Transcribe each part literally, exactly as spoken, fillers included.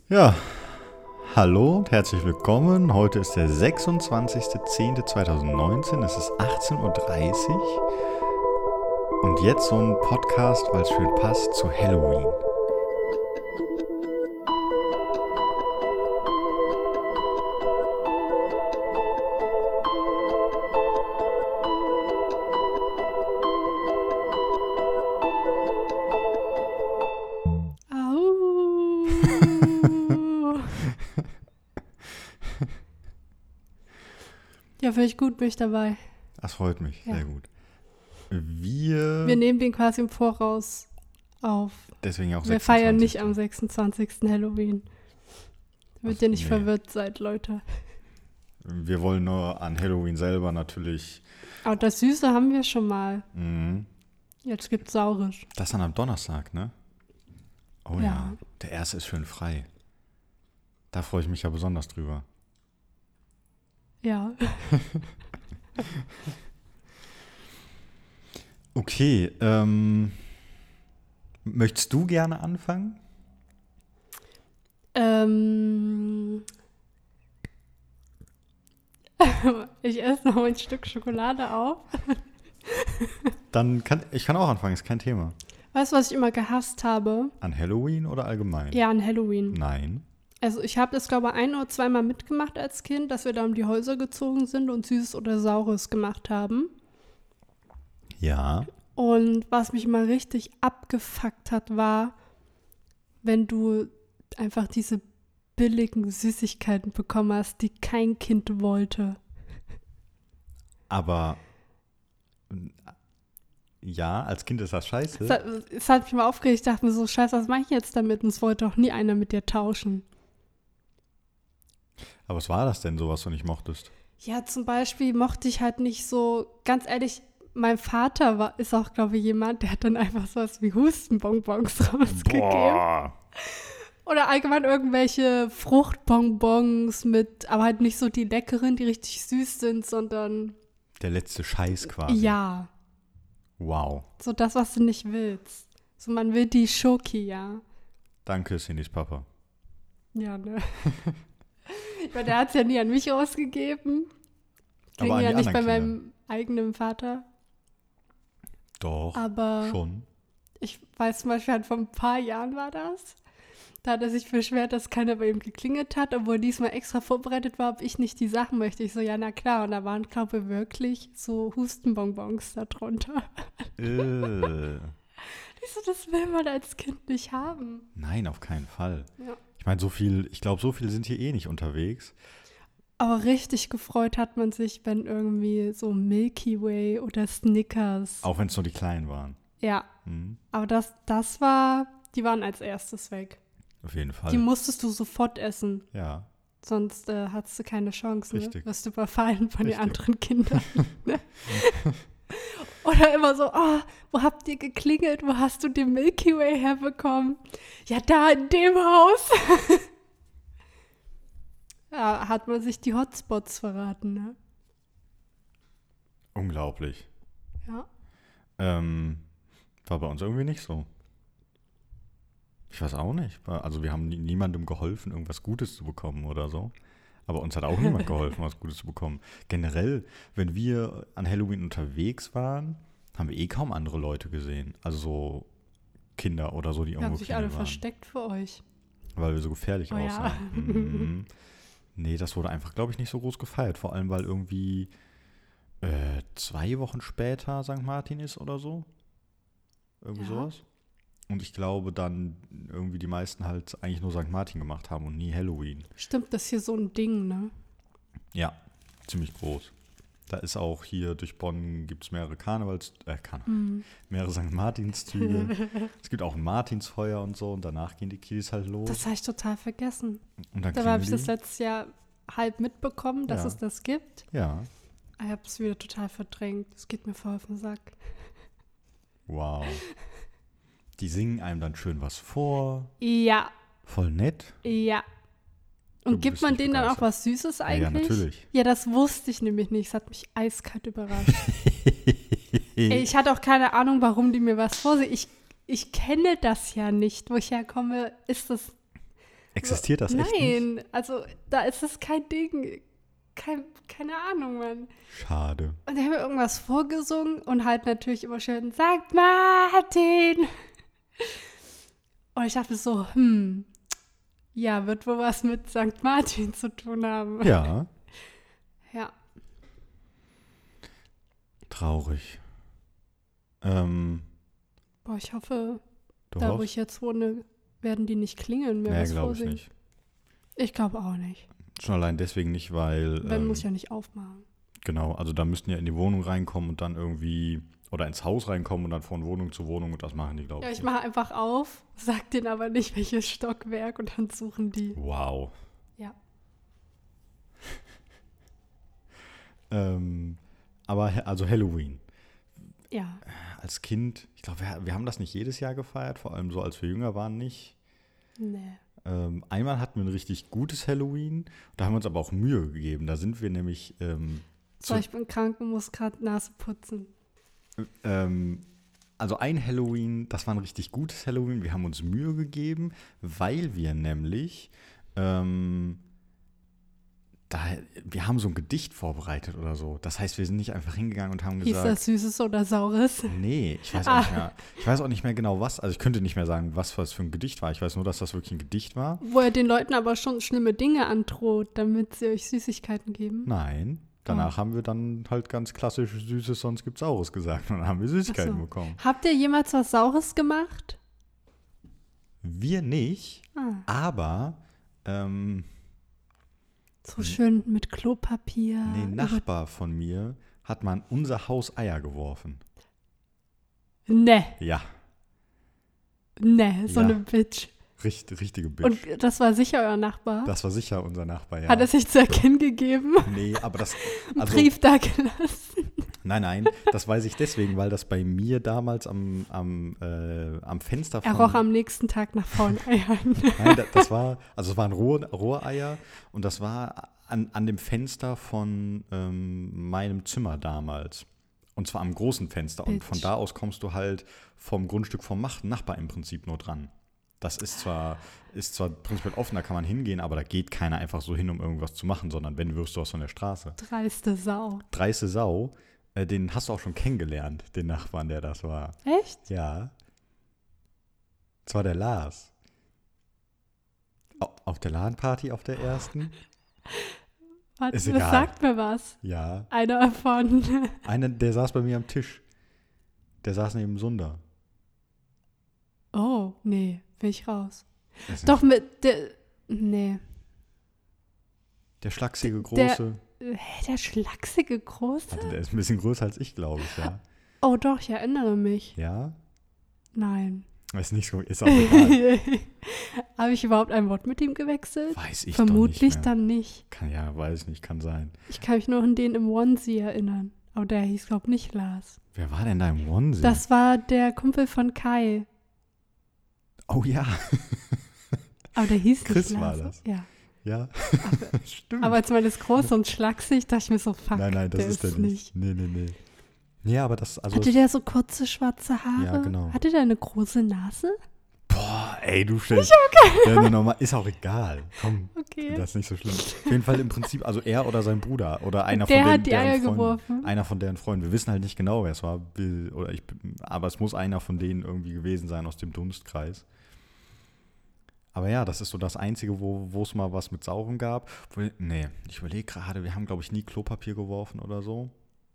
Ja, hallo und herzlich willkommen. Heute ist der sechsundzwanzigster zehnter zweitausendneunzehn. Es ist achtzehn Uhr dreißig. Und jetzt so ein Podcast, weil es schön passt, zu Halloween. Ja, finde ich gut, bin ich dabei. Das freut mich, Ja. sehr gut. Wir, Wir nehmen den quasi im Voraus auf. deswegen auch Wir feiern nicht sechsundzwanzigsten am sechsundzwanzigsten Halloween. Damit Ach, ihr nicht nee. verwirrt seid, Leute. Wir wollen nur an Halloween selber natürlich. Aber das Süße haben wir schon mal. Mhm. Jetzt gibt's Saures. Das dann am Donnerstag, ne? Oh ja. Ja. Der erste ist schön frei. Da freue ich mich ja besonders drüber. Ja. Okay, ähm, möchtest du gerne anfangen? ähm. Ich esse noch ein Stück Schokolade auf. Dann kann ich kann auch anfangen, ist kein Thema. Weißt du, was ich immer gehasst habe? An Halloween oder allgemein? Ja, an Halloween. Nein. Also ich habe das, glaube ich, ein oder zweimal mitgemacht als Kind, dass wir da um die Häuser gezogen sind und Süßes oder Saures gemacht haben. Ja. Und was mich mal richtig abgefuckt hat, war, wenn du einfach diese billigen Süßigkeiten bekommen hast, die kein Kind wollte. Aber ja, als Kind ist das scheiße. Es hat, es hat mich mal aufgeregt, ich dachte mir so, scheiße, was mache ich jetzt damit? Und es wollte doch nie einer mit dir tauschen. Aber was war das denn, so was du nicht mochtest? Ja, zum Beispiel mochte ich halt nicht so, ganz ehrlich, mein Vater war, ist auch, glaube ich, jemand, der hat dann einfach sowas wie Hustenbonbons rausgegeben. Boah. Oder allgemein irgendwelche Fruchtbonbons mit, aber halt nicht so die leckeren, die richtig süß sind, sondern Der letzte Scheiß quasi. ja, Wow. so das, was du nicht willst. So, man will die Schoki, ja. Danke, Cindys Papa. Ja, ne. Ich meine, der hat es ja nie an mich ausgegeben. Ging Aber an ja die nicht bei anderen meinem eigenen Vater. Doch, Aber schon. ich weiß zum Beispiel, halt vor ein paar Jahren war das. Da hat er sich beschwert, dass keiner bei ihm geklingelt hat, obwohl diesmal extra vorbereitet war, ob ich nicht die Sachen möchte. Ich so, ja, na klar. Und da waren, glaube ich, wirklich so Hustenbonbons da drunter. äh. Ich so, das will man als Kind nicht haben. Nein, auf keinen Fall. Ja. Ich meine, so viel, ich glaube, so viele sind hier eh nicht unterwegs. Aber richtig gefreut hat man sich, wenn irgendwie so Milky Way oder Snickers. Auch wenn es nur die Kleinen waren. Ja, Mhm. aber das, das war, die waren als erstes weg. Auf jeden Fall. Die musstest du sofort essen, Ja. sonst äh, hattest du keine Chance. Ne? Richtig. Wirst du überfallen von den Richtig. anderen Kindern. Ne? Oder immer so, oh, wo habt ihr geklingelt? Wo hast du den Milky Way herbekommen? Ja, da in dem Haus. Ja, hat man sich die Hotspots verraten, ne? Unglaublich. Ja. Ähm, war bei uns irgendwie nicht so. Ich weiß auch nicht. War- Also wir haben nie- niemandem geholfen, irgendwas Gutes zu bekommen oder so. Aber uns hat auch niemand geholfen, was Gutes zu bekommen. Generell, wenn wir an Halloween unterwegs waren, haben wir eh kaum andere Leute gesehen. Also so Kinder oder so, die Die haben irgendwo sich alle Kinder waren. versteckt für euch. Weil wir so gefährlich Oh ja. aussahen. Mhm. Nee, das wurde einfach, glaube ich, nicht so groß gefeiert. Vor allem, weil irgendwie äh, zwei Wochen später Sankt Martin ist oder so. Irgendwie Ja. sowas. Und ich glaube dann irgendwie die meisten halt eigentlich nur Sankt Martin gemacht haben und nie Halloween. Stimmt, das ist hier so ein Ding, ne? Ja, ziemlich groß. Da ist auch hier durch Bonn gibt es mehrere Karnevals, äh, Karne- Mhm. mehrere Sankt Martinszüge. Es gibt auch ein Martinsfeuer und so und danach gehen die Kiddies halt los. Das habe ich total vergessen. und dann Da habe ich klingeln das letztes Jahr halb mitbekommen, dass Ja. es das gibt. die. Ja, Ich habe es wieder total verdrängt. Es geht mir voll auf den Sack. wow. Die singen einem dann schön was vor. Ja, Voll nett. ja. Du Und gibt bist man nicht denen dann auch begeistert. was Süßes Ja, eigentlich? ja, natürlich. Ja, das wusste ich nämlich nicht. Es hat mich eiskalt überrascht. Ey, ich hatte auch keine Ahnung, warum die mir was vorsehen. Ich, ich kenne das ja nicht. Wo ich herkomme, ist das Existiert das echt nicht? Nein, also da ist es kein Ding. Kein, keine Ahnung, Mann. Schade. Und die haben mir irgendwas vorgesungen und halt natürlich immer schön Sankt Martin. Und ich dachte so, hm, ja, wird wohl was mit Sankt Martin zu tun haben. Ja. Ja. Traurig. Ähm, Boah, ich hoffe, du da wo hoffst? ich jetzt wohne, werden die nicht klingeln mehr. Nee, was glaube ich vorsingen. nicht. Ich glaube auch nicht. Schon allein deswegen nicht, weil, Wenn ähm, muss ich ja nicht aufmachen. genau, also da müssten ja in die Wohnung reinkommen und dann irgendwie, oder ins Haus reinkommen und dann von Wohnung zu Wohnung und das machen die, glaube Ja, ich, ich nicht. mache einfach auf, sag denen aber nicht, welches Stockwerk und dann suchen die. Wow. Ja. Ähm, aber, he- also Halloween. Ja. Als Kind, ich glaube, wir, wir haben das nicht jedes Jahr gefeiert, vor allem so, als wir jünger waren, nicht. Nee. Ähm, einmal hatten wir ein richtig gutes Halloween, da haben wir uns aber auch Mühe gegeben. Da sind wir nämlich, ähm, So, zu, ich bin krank und muss gerade Nase putzen. ähm, also ein Halloween, das war ein richtig gutes Halloween. Wir haben uns Mühe gegeben, weil wir nämlich, ähm, da, wir haben so ein Gedicht vorbereitet oder so. Das heißt, wir sind nicht einfach hingegangen und haben Hieß gesagt, das Süßes oder Saures? nee, ich weiß auch Ah. nicht mehr. Ich weiß auch nicht mehr genau was. Also ich könnte nicht mehr sagen, was das für ein Gedicht war. Ich weiß nur, dass das wirklich ein Gedicht war. Wo er den Leuten aber schon schlimme Dinge androht, damit sie euch Süßigkeiten geben. Nein. Danach haben wir dann halt ganz klassisch Süßes, sonst gibt's Saures gesagt. Und dann haben wir Süßigkeiten Ach so. bekommen. Habt ihr jemals was Saures gemacht? Wir nicht, Ah, aber ähm, so schön mit Klopapier. nee, über- Nachbar von mir hat mal in unser Haus Eier geworfen. Ne, Ja, ne, so Ja. eine Bitch. richtig, richtige Bitch. Und das war sicher euer Nachbar? Das war sicher unser Nachbar, ja. Hat er sich zu erkennen gegeben? Nee, aber das, Einen also, Brief da gelassen? nein, nein, das weiß ich deswegen, weil das bei mir damals am, am, äh, am Fenster von... Er roch am nächsten Tag nach Fraueneiern. Nein, das, das war, also es waren Rohr, Rohreier und das war an, an dem Fenster von ähm, meinem Zimmer damals. Und zwar am großen Fenster. Und von Bitch. da aus kommst du halt vom Grundstück vom Mach- Nachbar im Prinzip nur dran. Das ist zwar, ist zwar prinzipiell offen, da kann man hingehen, aber da geht keiner einfach so hin, um irgendwas zu machen, sondern wenn, wirst du aus von der Straße. Dreiste Sau. Dreiste Sau, äh, den hast du auch schon kennengelernt, den Nachbarn, der das war. Echt? Ja. Das war der Lars. Au- Auf der LAN-Party, auf der ersten? Warte, Ist das egal. sagt mir was. Ja. Einer von. Einer, der saß bei mir am Tisch. Der saß neben Sunda. Oh, nee, bin ich raus. Weiß Doch nicht. mit der. Nee. Der schlachsige, große. Hä, der schlachsige Große? Warte, der ist ein bisschen größer als ich, glaube ich, ja. Oh, doch, ich erinnere mich. Ja? Nein. Ist nicht so, ist auch egal. Habe ich überhaupt ein Wort mit ihm gewechselt? Weiß ich Vermutlich doch nicht mehr. dann nicht. Kann, ja, weiß ich nicht, kann sein. Ich kann mich nur an den im Onesie erinnern. Aber der hieß, glaube ich, nicht Lars. Wer war denn da im Onesie? Das war der Kumpel von Kai. Oh ja, Aber der hieß Chris nicht war Lars. das. Ja. ja. Stimmt. Aber als man das groß und schlaksig, dachte ich mir so, fuck, nein, nein, das der ist der nicht. Nee, nee, nee. Ja, aber das, also. Hatte der so kurze schwarze Haare? Ja, genau. Hatte der eine große Nase? Boah, ey, du stellst. Ja, nee, normal, ist auch egal. Komm, Okay. das ist nicht so schlimm. Auf jeden Fall im Prinzip, also er oder sein Bruder oder einer der von denen, hat die deren Eier Freunden. geworfen. Einer von deren Freunden. Wir wissen halt nicht genau, wer es war. Wir- Oder ich, aber es muss einer von denen irgendwie gewesen sein aus dem Dunstkreis. Aber ja, das ist so das Einzige, wo wo es mal was mit Sauren gab. Wo, nee, ich überlege gerade, wir haben, glaube ich, nie Klopapier geworfen oder so.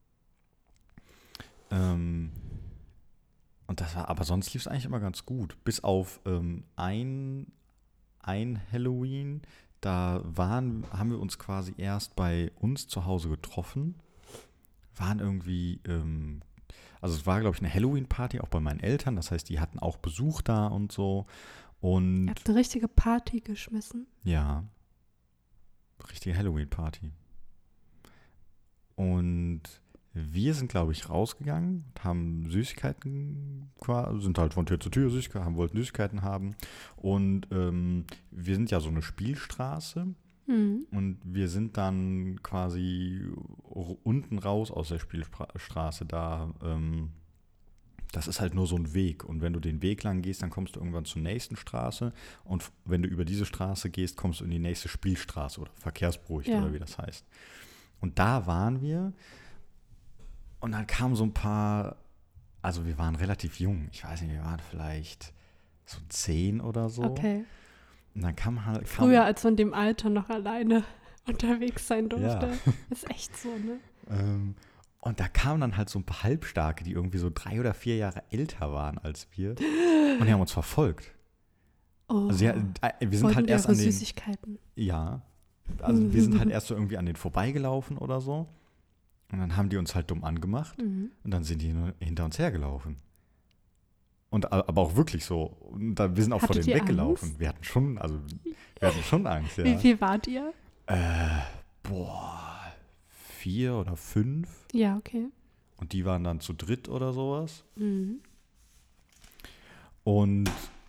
Ähm, und das war, aber sonst lief es eigentlich immer ganz gut. Bis auf ähm, ein, ein Halloween, da waren, haben wir uns quasi erst bei uns zu Hause getroffen. Waren irgendwie, ähm, also es war, glaube ich, eine Halloween-Party auch bei meinen Eltern. Das heißt, die hatten auch Besuch da und so. Und Ihr habt eine richtige Party geschmissen. ja, richtige Halloween-Party. Und wir sind, glaube ich, rausgegangen und haben Süßigkeiten, qua- sind halt von Tür zu Tür Süßigkeiten, haben, wollten Süßigkeiten haben. Und ähm, wir sind ja so eine Spielstraße. Mhm. Und wir sind dann quasi r- unten raus aus der Spielstraße da ähm, das ist halt nur so ein Weg. Und wenn du den Weg lang gehst, dann kommst du irgendwann zur nächsten Straße. Und wenn du über diese Straße gehst, kommst du in die nächste Spielstraße oder Verkehrsberuhigt Ja. oder wie das heißt. Und da waren wir. Und dann kamen so ein paar, also wir waren relativ jung. Ich weiß nicht, wir waren vielleicht so zehn oder so. Okay. Und dann kam halt. Kam, Früher, als man in dem Alter noch alleine unterwegs sein durfte. Ja. Ist echt so, ne? Ähm, und da kamen dann halt so ein paar Halbstarke, die irgendwie so drei oder vier Jahre älter waren als wir. Und die haben uns verfolgt. Oh, Also ja, äh, wir sind wollten halt erst ihre an den. Süßigkeiten. Ja. Also wir sind halt erst so irgendwie an denen vorbeigelaufen oder so. Und dann haben die uns halt dumm angemacht. Mhm. Und dann sind die nur hinter uns hergelaufen. Und a- aber auch wirklich so. Und da, wir sind auch vor Hattet denen ihr weggelaufen. Angst? Wir hatten schon, also wir hatten schon Angst, ja. Wie viel wart ihr? Äh, boah, vier oder fünf. Ja, okay. Und die waren dann zu dritt oder sowas. Mhm. Und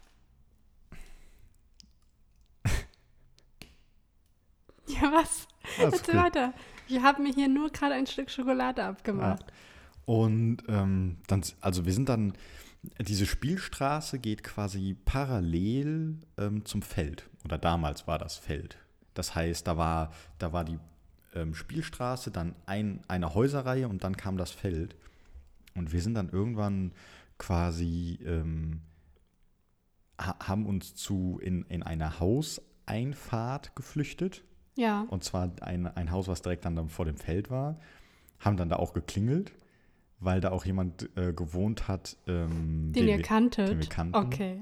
Ja, was? Alles Erzähl gut. weiter. Ich habe mir hier nur gerade ein Stück Schokolade abgemacht. Und ähm, dann, also wir sind dann, diese Spielstraße geht quasi parallel ähm, zum Feld. Oder damals war das Feld. Das heißt, da war, da war die ähm, Spielstraße, dann ein, eine Häuserreihe und dann kam das Feld. Und wir sind dann irgendwann quasi, ähm, ha, haben uns zu in, in eine Hauseinfahrt geflüchtet. Ja. Und zwar ein, ein Haus, was direkt dann, dann vor dem Feld war. Haben dann da auch geklingelt, weil da auch jemand äh, gewohnt hat, ähm, Den ihr wir, kanntet? den wir kannten. Okay.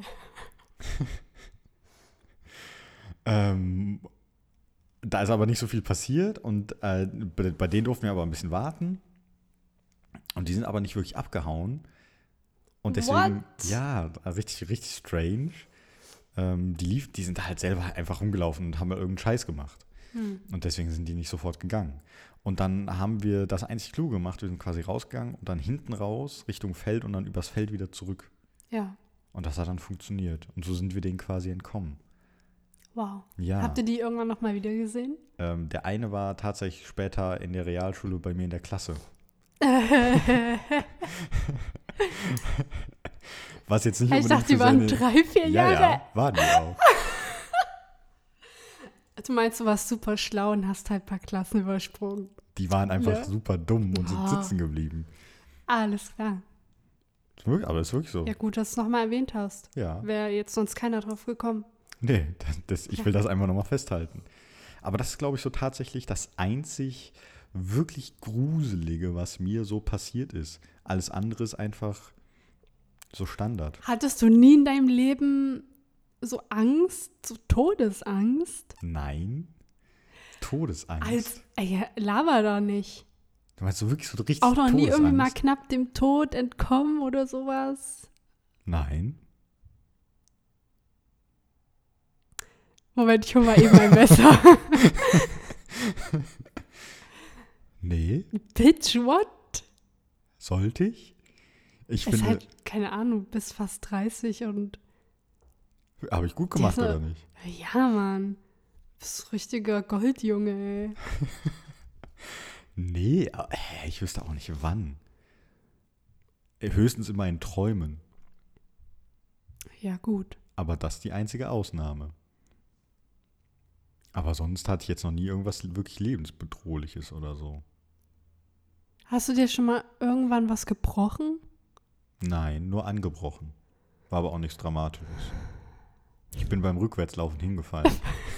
Ähm, da ist aber nicht so viel passiert und äh, bei, bei denen durften wir aber ein bisschen warten. Und die sind aber nicht wirklich abgehauen. Und deswegen, What? ja, richtig, richtig strange. Ähm, die, lief, die sind halt selber einfach rumgelaufen und haben mal irgendeinen Scheiß gemacht. Hm. Und deswegen sind die nicht sofort gegangen. Und dann haben wir das einzig Kluge gemacht. Wir sind quasi rausgegangen und dann hinten raus Richtung Feld und dann übers Feld wieder zurück. Ja. Und das hat dann funktioniert. Und so sind wir denen quasi entkommen. Wow. Ja. Habt ihr die irgendwann noch mal wieder gesehen? Ähm, der eine war tatsächlich später in der Realschule bei mir in der Klasse. Was jetzt nicht Ich unbedingt dachte, die für waren seine- drei, vier Ja, Jahre. ja, waren die auch. Du meinst, du warst super schlau und hast halt ein paar Klassen übersprungen. Die waren einfach Ja. super dumm und sind Ah. sitzen geblieben. Alles klar. Ist wirklich- Aber ist wirklich so. Ja, gut, dass du es nochmal erwähnt hast. Ja. Wäre jetzt sonst keiner drauf gekommen. Nee, das, das, ich will das einfach nochmal festhalten. Aber das ist, glaube ich, so tatsächlich das einzig wirklich Gruselige, was mir so passiert ist. Alles andere ist einfach so Standard. Hattest du nie in deinem Leben so Angst, so Todesangst? Nein. Todesangst. Als, ey, laber doch nicht. Du meinst so wirklich so richtig Auch noch nie Todesangst? irgendwie mal knapp dem Tod entkommen oder sowas? Nein. Moment, ich hol mal eben mein Messer. Nee. Bitch, what? Sollte ich? Ich Ist finde, halt, keine Ahnung, bis fast dreißig und habe ich gut gemacht diese- oder nicht? ja, Mann. Du bist ein richtiger Goldjunge, ey. Nee, äh, ich wüsste auch nicht wann. Höchstens in meinen Träumen. Ja, gut. Aber das ist die einzige Ausnahme. Aber sonst hatte ich jetzt noch nie irgendwas wirklich lebensbedrohliches oder so. Hast du dir schon mal irgendwann was gebrochen? Nein, nur angebrochen. War aber auch nichts Dramatisches. Ich bin beim Rückwärtslaufen hingefallen.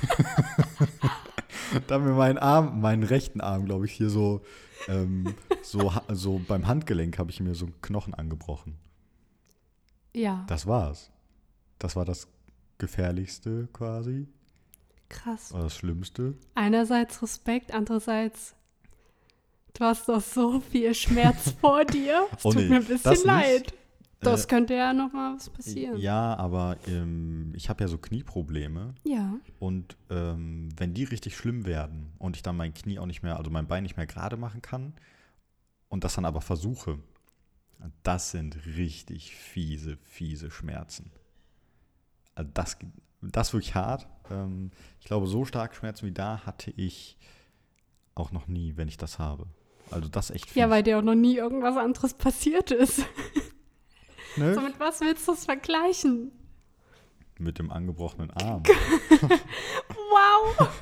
Da haben mir meinen Arm, meinen rechten Arm, glaube ich, hier so, ähm, so, ha- so beim Handgelenk habe ich mir so einen Knochen angebrochen. Ja, Das war's. Das war das Gefährlichste quasi. krass. Oder das Schlimmste. Einerseits Respekt, andererseits du hast doch so viel Schmerz vor dir. Es Oh tut nee, mir ein das bisschen nicht. leid. Das Äh, könnte ja noch mal was passieren. Ja, aber ähm, ich habe ja so Knieprobleme. Ja. Und ähm, wenn die richtig schlimm werden und ich dann mein Knie auch nicht mehr, also mein Bein nicht mehr gerade machen kann und das dann aber versuche, das sind richtig fiese, fiese Schmerzen. Also das, das ist wirklich hart. Ähm, ich glaube, so starke Schmerzen wie da hatte ich auch noch nie, wenn ich das habe. Also das ist echt fies. Ja, weil dir auch noch nie irgendwas anderes passiert ist. Ne? So, mit was willst du es vergleichen? Mit dem angebrochenen Arm. Wow!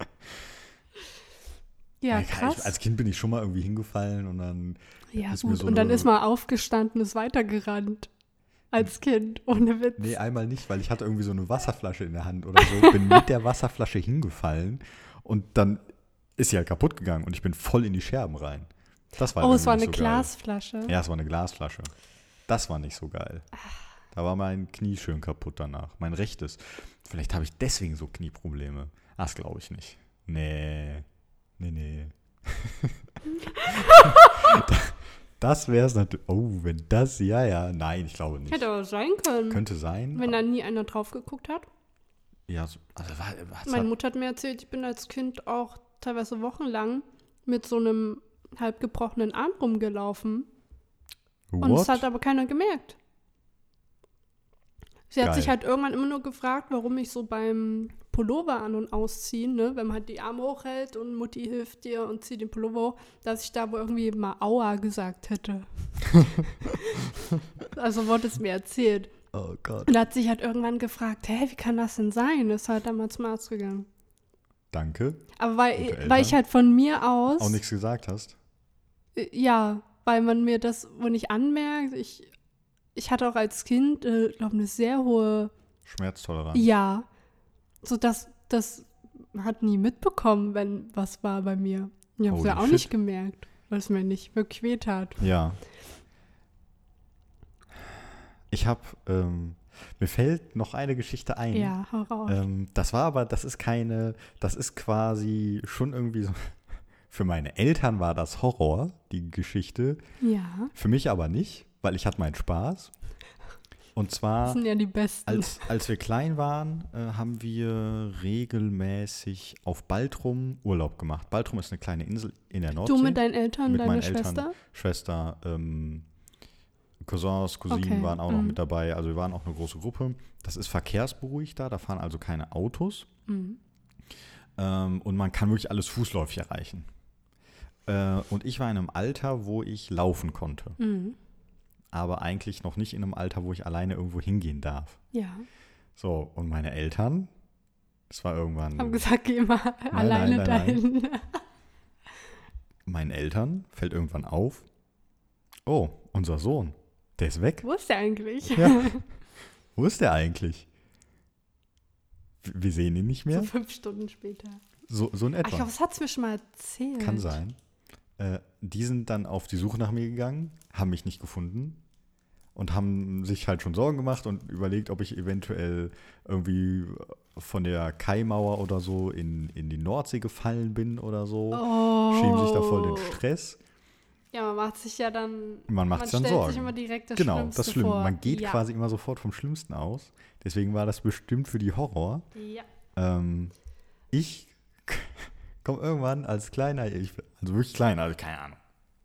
Ja, Ey, krass. Ich, als Kind bin ich schon mal irgendwie hingefallen und dann Ja, ist mir gut. so Und dann eine- ist man aufgestanden, ist weitergerannt. Als Kind, ohne Witz. Nee, einmal nicht, weil ich hatte irgendwie so eine Wasserflasche in der Hand oder so, bin mit der Wasserflasche hingefallen und dann ist sie halt kaputt gegangen und ich bin voll in die Scherben rein. Das war Oh, es irgendwie war nicht eine so geil. Glasflasche. Ja, es war eine Glasflasche. Das war nicht so geil. Da war mein Knie schön kaputt danach. Mein rechtes. Vielleicht habe ich deswegen so Knieprobleme. Das glaube ich nicht. Nee. Nee, nee. Das wäre es natürlich. Oh, wenn das, ja, ja. Nein, ich glaube nicht. Hätte aber sein können. Könnte sein. Wenn da nie einer drauf geguckt hat. Ja, so, also war, was Meine hat, Mutter hat mir erzählt, ich bin als Kind auch teilweise wochenlang mit so einem halb gebrochenen Arm rumgelaufen. Und es what? hat aber keiner gemerkt. Sie hat Geil. sich halt irgendwann immer nur gefragt, warum ich so beim Pullover an- und ausziehen, ne, wenn man halt die Arme hochhält und Mutti hilft dir und zieht den Pullover hoch, dass ich da wohl irgendwie mal Aua gesagt hätte. Also wurde es mir erzählt. Oh Gott. Und da hat sich halt irgendwann gefragt, hä, wie kann das denn sein? Ist halt dann mal zum Arzt gegangen. Danke. Aber weil, Gute Eltern. weil ich halt von mir aus, Auch nichts gesagt hast. äh, ja, weil man mir das wohl nicht anmerkt. Ich, ich hatte auch als Kind, äh, glaube eine sehr hohe, Schmerztoleranz. ja, so dass das hat nie mitbekommen, wenn was war bei mir. Ich habe es Holy ja auch shit. nicht gemerkt, weil es mir nicht wirklich weh tat. Ja. Ich habe, ähm, mir fällt noch eine Geschichte ein. Ja, hau raus. Ähm, das war aber, das ist keine, das ist quasi schon irgendwie so, für meine Eltern war das Horror, die Geschichte. Ja, Für mich aber nicht, weil ich hatte meinen Spaß. Und das zwar, sind ja die Besten. als, als wir klein waren, äh, haben wir regelmäßig auf Baltrum Urlaub gemacht. Baltrum ist eine kleine Insel in der Nordsee. Du mit deinen Eltern, Mit deine meinen Schwester? Eltern, Schwester, ähm, Cousins, Cousinen Okay, waren auch noch mm. mit dabei. Also wir waren auch eine große Gruppe. Das ist verkehrsberuhigt da, da fahren also keine Autos. Mhm. Ähm, und man kann wirklich alles fußläufig erreichen. Äh, und ich war in einem Alter, wo ich laufen konnte. Mhm. Aber eigentlich noch nicht in einem Alter, wo ich alleine irgendwo hingehen darf. Ja, So, und meine Eltern, das war irgendwann, haben gesagt, geh mal alleine nein, nein, dahin. meinen Eltern fällt irgendwann auf, oh, unser Sohn, der ist weg. Wo ist der eigentlich? Ja. Wo ist der eigentlich? W- Wir sehen ihn nicht So mehr. fünf Stunden später. So, so in Ah, ich etwa. glaube, das hat es mir schon mal erzählt. Kann sein. Äh, die sind dann auf die Suche nach mir gegangen, haben mich nicht gefunden und haben sich halt schon Sorgen gemacht und überlegt, ob ich eventuell irgendwie von der Kaimauer oder so in, in die Nordsee gefallen bin oder so. Oh. Schieben sich da voll den Stress. Ja, man macht sich ja dann. Man macht sich dann stellt Sorgen. sich immer direkt das Genau, Schlimmste das Schlimme. vor. Man geht ja. quasi immer sofort vom Schlimmsten aus. Deswegen war das bestimmt für die Horror. Ja. Ähm, ich komme irgendwann als kleiner, ich, also wirklich klein, also keine Ahnung.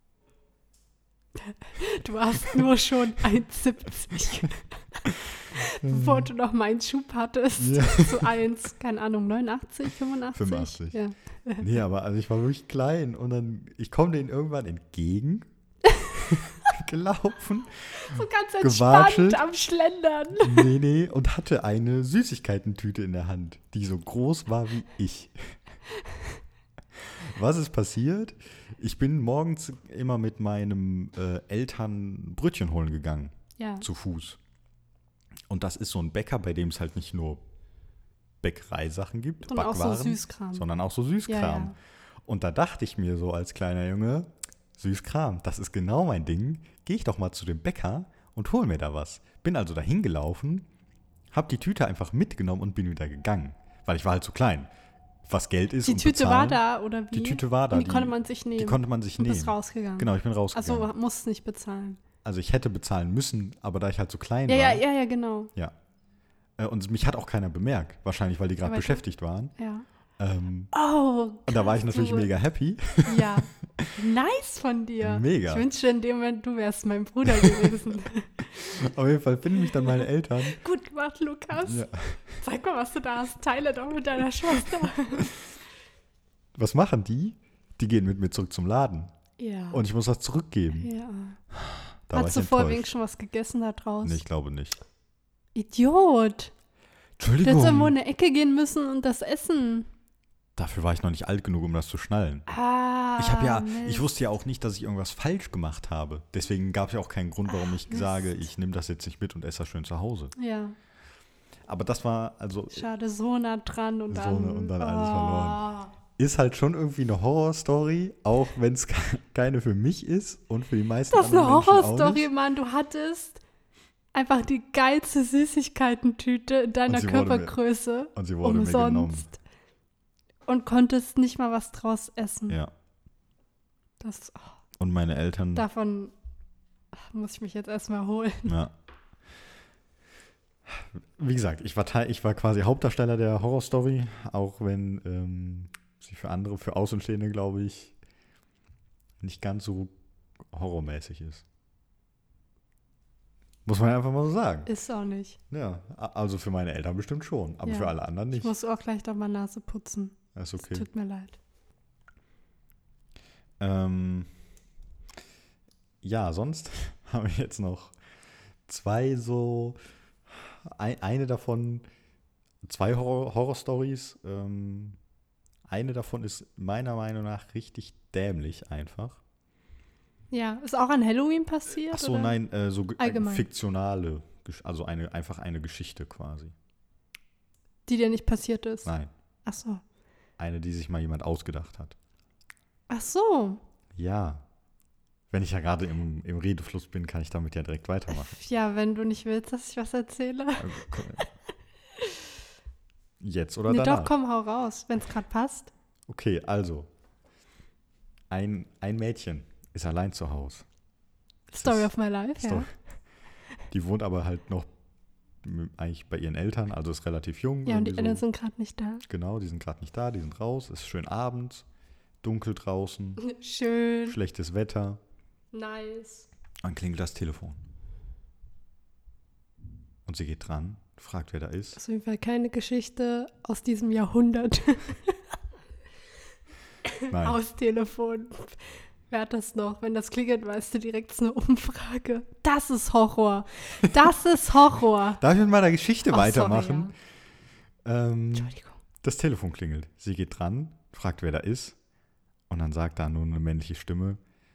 Du hast nur schon eins Komma siebzig. Bevor du noch meinen Schub hattest. Ja. Zu eins, keine Ahnung, neunundachtzig, fünfundachtzig? fünfundachtzig. Ja. Nee, aber also ich war wirklich klein und dann, ich komme denen irgendwann entgegen, gelaufen, So ganz Gewatschelt. entspannt am Schlendern. nee, nee, und hatte eine Süßigkeitentüte in der Hand, die so groß war wie ich. Was ist passiert? Ich bin morgens immer mit meinem äh, Eltern Brötchen holen gegangen, Ja. zu Fuß. Und das ist so ein Bäcker, bei dem es halt nicht nur Bäckereisachen gibt, Und auch so Backwaren, Süßkram. sondern auch so Süßkram. Ja, ja. Und da dachte ich mir so als kleiner Junge, Süßkram, das ist genau mein Ding. Gehe ich doch mal zu dem Bäcker und hol mir da was. Bin also da hingelaufen, hab die Tüte einfach mitgenommen und bin wieder gegangen. Weil ich war halt zu klein. Was Geld ist Die und Tüte bezahlen, war da, oder wie? Die Tüte war da. Und die, die konnte man sich nehmen. Die konnte man sich und nehmen. bist rausgegangen. Genau, ich bin rausgegangen. Achso, musst nicht bezahlen. Also ich hätte bezahlen müssen, aber da ich halt so klein Ja, war. ja, ja, ja, genau. ja. Äh, Und mich hat auch keiner bemerkt. Wahrscheinlich, weil die gerade Ja, weil- beschäftigt waren. Ja. Ähm, Oh, und da war ich krass, natürlich du- mega happy. Ja. Nice von dir. Mega. Ich wünschte in dem Moment, du wärst mein Bruder gewesen. Auf jeden Fall finden mich dann meine Eltern. Gut gemacht, Lukas. Ja. Zeig mal, was du da hast. Teile doch mit deiner Schwester. Was machen die? Die gehen mit mir zurück zum Laden. Ja. Und ich muss was zurückgeben. ja. Da war Hast ich du vorher enttäuscht. wenigstens schon was gegessen da draußen? Nee, ich glaube nicht. Idiot. Du Entschuldigung. hättest irgendwo in eine Ecke gehen müssen und das essen. Dafür war ich noch nicht alt genug, um das zu schnallen. Ah, Ich habe ja, Mist. ich wusste ja auch nicht, dass ich irgendwas falsch gemacht habe. Deswegen gab es ja auch keinen Grund, warum Ach, ich Mist. sage, ich nehme das jetzt nicht mit und esse das schön zu Hause. Ja, Aber das war, also, schade, so nah dran und So dann... nah und dann alles oh. verloren. ist halt schon irgendwie eine Horrorstory, auch wenn es keine für mich ist und für die meisten Das ist eine anderen Menschen auch Horrorstory, nicht. Mann. Du hattest einfach die geilste Süßigkeitentüte in deiner Und sie wurde mir- Körpergröße Und sie wurde mir genommen. umsonst und konntest nicht mal was draus essen. Ja. Das, oh, Und meine Eltern, davon ach, muss ich mich jetzt erstmal holen. ja. Wie gesagt, ich war, Teil, ich war quasi Hauptdarsteller der Horrorstory, auch wenn ähm, sie für andere, für Außenstehende, glaube ich, nicht ganz so horrormäßig ist. Muss man einfach mal so sagen. Ist auch nicht. Ja, a- also für meine Eltern bestimmt schon, aber Ja. für alle anderen Ich nicht. muss auch gleich doch mal Nase putzen. Das ist Es okay. tut mir leid. Ähm, ja, sonst habe ich jetzt noch zwei so, ein, eine davon, zwei Horror- Horror-Stories. Ähm, eine davon ist meiner Meinung nach richtig dämlich einfach. Ja, ist auch an Halloween passiert? Ach so, oder? nein, äh, so ge- Allgemein. fiktionale, Gesch- also eine, einfach eine Geschichte quasi. Die dir nicht passiert ist? Nein, Ach so. eine, die sich mal jemand ausgedacht hat. Ach so. Ja, wenn ich ja gerade im, im Redefluss bin, kann ich damit ja direkt weitermachen. Ja, wenn du nicht willst, dass ich was erzähle. Jetzt oder Nee, danach? doch, komm, hau raus, wenn es gerade passt. Okay, also. Ein, ein Mädchen ist allein zu Hause. Das Story ist- of my life, Story. ja. Die wohnt aber halt noch m- eigentlich bei ihren Eltern, also ist relativ jung. Ja, und die irgendwie Eltern so. sind gerade nicht da. Genau, die sind gerade nicht da, die sind raus. Es ist schön abends, dunkel draußen, Schön. schlechtes Wetter. Nice. Dann klingelt das Telefon. Und sie geht dran, fragt, wer da ist. Auf jeden Fall keine Geschichte aus diesem Jahrhundert. Nein, Aus Telefon. Wer hat das noch? Wenn das klingelt, weißt du direkt, es ist eine Umfrage. Das ist Horror. Das ist Horror. darf ich mit meiner Geschichte Ach, weitermachen? Sorry, ja. Ähm, Entschuldigung. Das Telefon klingelt. Sie geht dran, fragt, wer da ist. Und dann sagt da nur eine männliche Stimme: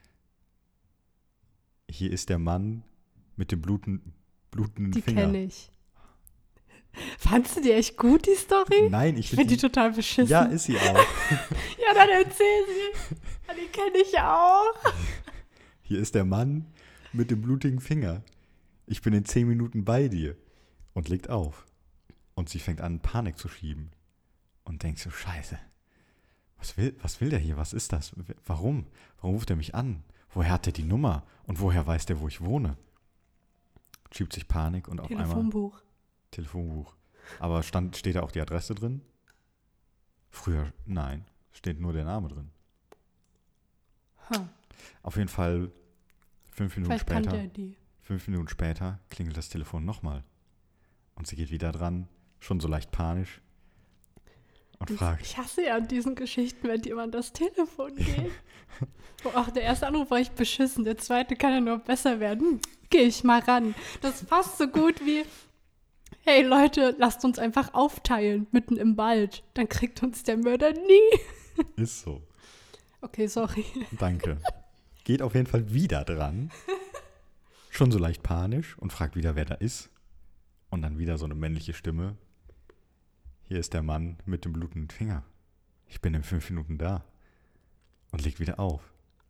Hier ist der Mann mit dem bluten, blutenden Die Finger. kenne ich. Fandst du die echt gut, die Story? Nein, ich Ich finde die total beschissen. Ja, ist sie auch. Ja, dann erzähl sie. Ja, die kenne ich auch. Hier ist der Mann mit dem blutigen Finger. Ich bin in zehn Minuten bei dir. Und legt auf. Und sie fängt an, Panik zu schieben. Und denkt so, Scheiße. Was will, was will der hier? Was ist das? Warum? Warum ruft er mich an? Woher hat er die Nummer? Und woher weiß der, wo ich wohne? Schiebt sich Panik und auf einmal Telefonbuch. Telefonbuch. Aber stand, steht da auch die Adresse drin? Früher, nein. Steht nur der Name drin. Huh. Auf jeden Fall fünf Minuten Vielleicht kannte später. er die. Fünf Minuten später klingelt das Telefon nochmal. Und sie geht wieder dran, schon so leicht panisch. Und fragt. Ich hasse ja an diesen Geschichten, wenn jemand das Telefon geht. Oh, ach, der erste Anruf war echt beschissen. Der zweite kann ja nur besser werden. Hm, Gehe ich mal ran. Das ist fast so gut wie: Hey Leute, lasst uns einfach aufteilen, mitten im Wald. Dann kriegt uns der Mörder nie. Ist so. Okay, sorry. Danke. Geht auf jeden Fall wieder dran. Schon so leicht panisch und fragt wieder, wer da ist. Und dann wieder so eine männliche Stimme. Hier ist der Mann mit dem blutenden Finger. Ich bin in fünf Minuten da. Und legt wieder auf.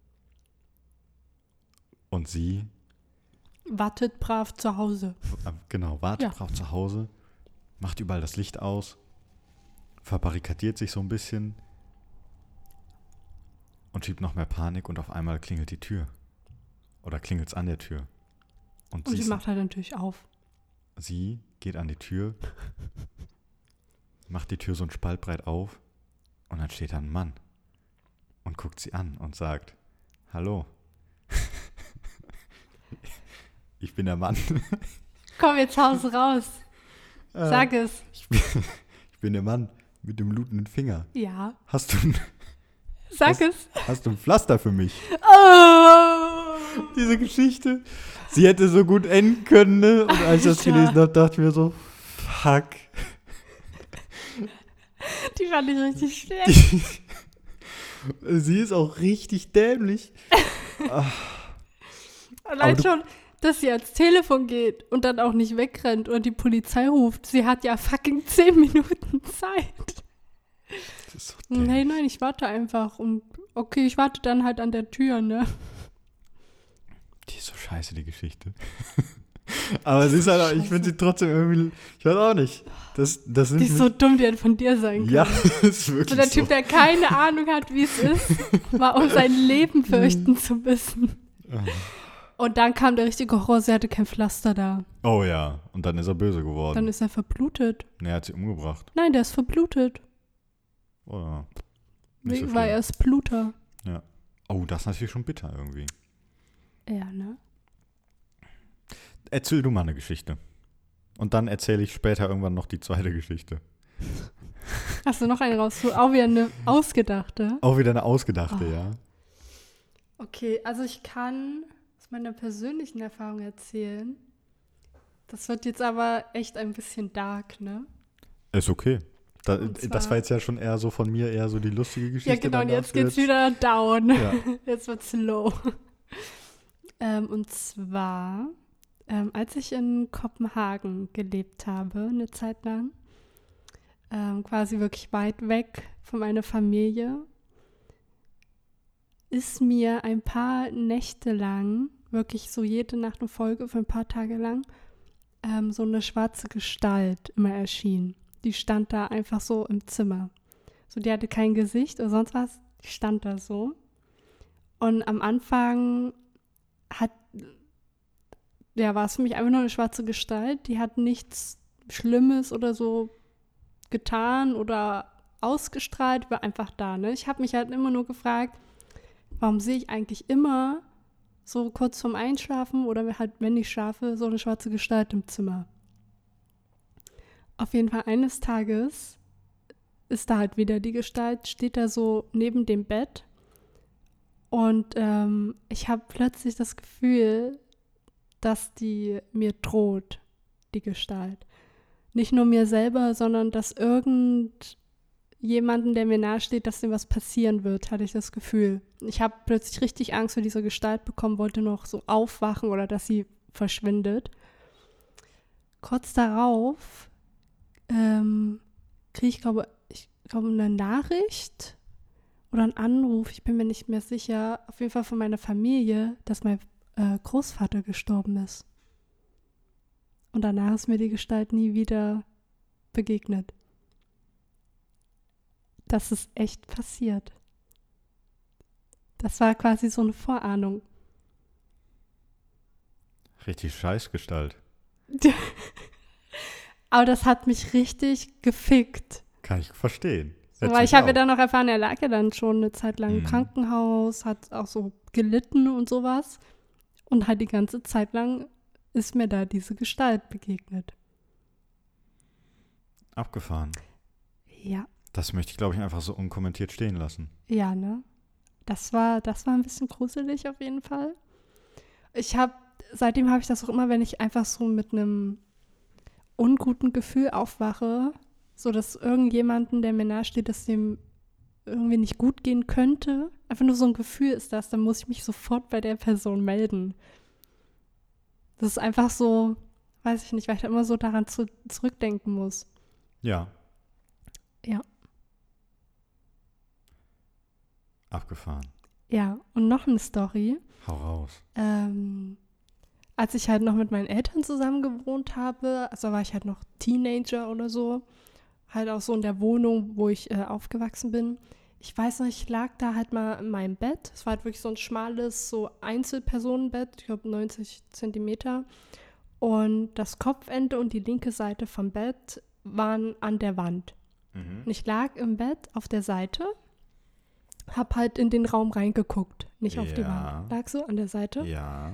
Und sie, Wartet brav zu Hause. äh, genau, wartet Ja. brav zu Hause, macht überall das Licht aus, verbarrikadiert sich so ein bisschen und schiebt noch mehr Panik und auf einmal klingelt die Tür. Oder klingelt es an der Tür. Und, Und sie, sie macht halt natürlich auf. sie geht an die Tür, macht die Tür so einen Spalt breit auf und dann steht da ein Mann und guckt sie an und sagt: Hallo. Ich bin der Mann. Komm, jetzt haus raus. Äh, Sag es. Ich bin, ich bin der Mann mit dem blutenden Finger. Ja. Hast du, ein, Sag Was? es. hast du ein Pflaster für mich? Oh. Diese Geschichte, sie hätte so gut enden können, ne? Und als ich das Alter. gelesen habe, dachte ich mir so, fuck. Die fand ich richtig schlecht. Sie ist auch richtig dämlich. Allein du- schon, dass sie ans Telefon geht und dann auch nicht wegrennt und die Polizei ruft. Sie hat ja fucking zehn Minuten Zeit. Das ist so dämlich. Nein, nein, ich warte einfach. Und okay, ich warte dann halt an der Tür, ne? Die ist so scheiße, die Geschichte. Aber sie ist halt auch, ich finde sie trotzdem irgendwie, ich weiß auch nicht. Das, das sind Die ist so dumm, die hätte von dir sein können. ja, das ist wirklich So der so. Typ, der keine Ahnung hat, wie es ist, war um sein Leben fürchten zu müssen. Und dann kam der richtige Horror, sie hatte kein Pflaster da. Oh ja, und dann ist er böse geworden. Dann ist er verblutet. Ne, er hat sie umgebracht. Nein, der ist verblutet. Oh ja. Nicht so Wie, weil schlimm. er ist Bluter. Ja. Oh, das ist natürlich schon bitter irgendwie. Ja, ne? Erzähl du mal eine Geschichte. Und dann erzähle ich später irgendwann noch die zweite Geschichte. Hast du noch eine raus? Auch wieder eine ausgedachte. Auch wieder eine ausgedachte, Oh. ja. Okay, also ich kann aus meiner persönlichen Erfahrung erzählen. Das wird jetzt aber echt ein bisschen dark, ne? Ist okay. Da, Und zwar- das war jetzt ja schon eher so von mir, eher so die lustige Geschichte. Ja, genau, dann und jetzt darfst du geht's wieder down. Ja. Jetzt wird's low. ähm, und zwar, ähm, als ich in Kopenhagen gelebt habe, eine Zeit lang, ähm, quasi wirklich weit weg von meiner Familie, ist mir ein paar Nächte lang, wirklich so jede Nacht eine Folge für ein paar Tage lang, ähm, so eine schwarze Gestalt immer erschienen. Die stand da einfach so im Zimmer. So, die hatte kein Gesicht oder sonst was, die stand da so. Und am Anfang hat, ja, war es für mich einfach nur eine schwarze Gestalt. Die hat nichts Schlimmes oder so getan oder ausgestrahlt, war einfach da, ne? Ich habe mich halt immer nur gefragt, warum sehe ich eigentlich immer so kurz vorm Einschlafen oder halt, wenn ich schlafe, so eine schwarze Gestalt im Zimmer. Auf jeden Fall eines Tages ist da halt wieder die Gestalt, steht da so neben dem Bett und ähm, ich habe plötzlich das Gefühl, dass die mir droht, die Gestalt. Nicht nur mir selber, sondern dass irgendjemanden, der mir nahesteht, dass dem was passieren wird, hatte ich das Gefühl. Ich habe plötzlich richtig Angst vor dieser Gestalt bekommen, wollte noch so aufwachen oder dass sie verschwindet. Kurz darauf ähm, kriege ich, glaube ich, glaube eine Nachricht oder einen Anruf, ich bin mir nicht mehr sicher, auf jeden Fall von meiner Familie, dass mein äh, Großvater gestorben ist. Und danach ist mir die Gestalt nie wieder begegnet. Das ist echt passiert. Das war quasi so eine Vorahnung. Richtig Scheißgestalt. Aber das hat mich richtig gefickt. Kann ich verstehen. So, Setz weil mich ich habe ja auf. dann noch erfahren, er lag ja dann schon eine Zeit lang im Mhm. Krankenhaus, hat auch so gelitten und sowas. Und halt die ganze Zeit lang ist mir da diese Gestalt begegnet. Abgefahren. Ja, Das möchte ich, glaube ich, einfach so unkommentiert stehen lassen. ja, ne? Das war, das war ein bisschen gruselig auf jeden Fall. Ich habe, seitdem habe ich das auch immer, wenn ich einfach so mit einem unguten Gefühl aufwache, so dass irgendjemanden, der mir nahesteht, dass dem irgendwie nicht gut gehen könnte. Einfach nur so ein Gefühl ist das, dann muss ich mich sofort bei der Person melden. Das ist einfach so, weiß ich nicht, weil ich da immer so daran zu, zurückdenken muss. Ja. Ja. Abgefahren. Ja, und noch eine Story. Hau raus. Ähm, als ich halt noch mit meinen Eltern zusammen gewohnt habe, also war ich halt noch Teenager oder so, halt auch so in der Wohnung, wo ich äh, aufgewachsen bin. Ich weiß noch, ich lag da halt mal in meinem Bett. Es war halt wirklich so ein schmales, so Einzelpersonenbett, ich glaube neunzig Zentimeter. Und das Kopfende und die linke Seite vom Bett waren an der Wand. Mhm. Und ich lag im Bett auf der Seite, hab halt in den Raum reingeguckt, nicht auf die Ja. Wand. Lag so an der Seite. Ja.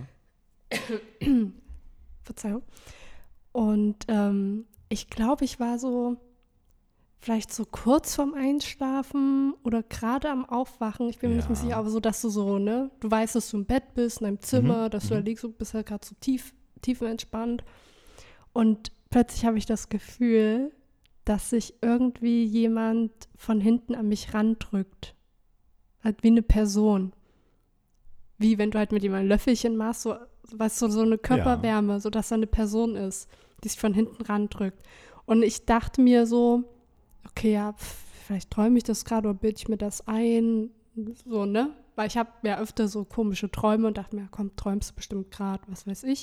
Verzeihung. Und ähm, ich glaube, ich war so vielleicht so kurz vorm Einschlafen oder gerade am Aufwachen. Ich bin mir Ja. nicht mehr sicher, aber so, dass du so, ne, du weißt, dass du im Bett bist, in deinem Zimmer, Mhm, dass du mhm. da liegst und bist halt gerade so tief, tiefenentspannt. Und plötzlich habe ich das Gefühl, dass sich irgendwie jemand von hinten an mich randrückt. Halt wie eine Person. Wie wenn du halt mit jemandem ein Löffelchen machst, so, weißt du, so eine Körperwärme, so dass da eine Person ist, die sich von hinten randrückt. Und ich dachte mir so, okay, ja, pf, vielleicht träume ich das gerade oder bilde ich mir das ein, so, ne? Weil ich habe ja öfter so komische Träume und dachte mir, komm, träumst du bestimmt gerade, was weiß ich.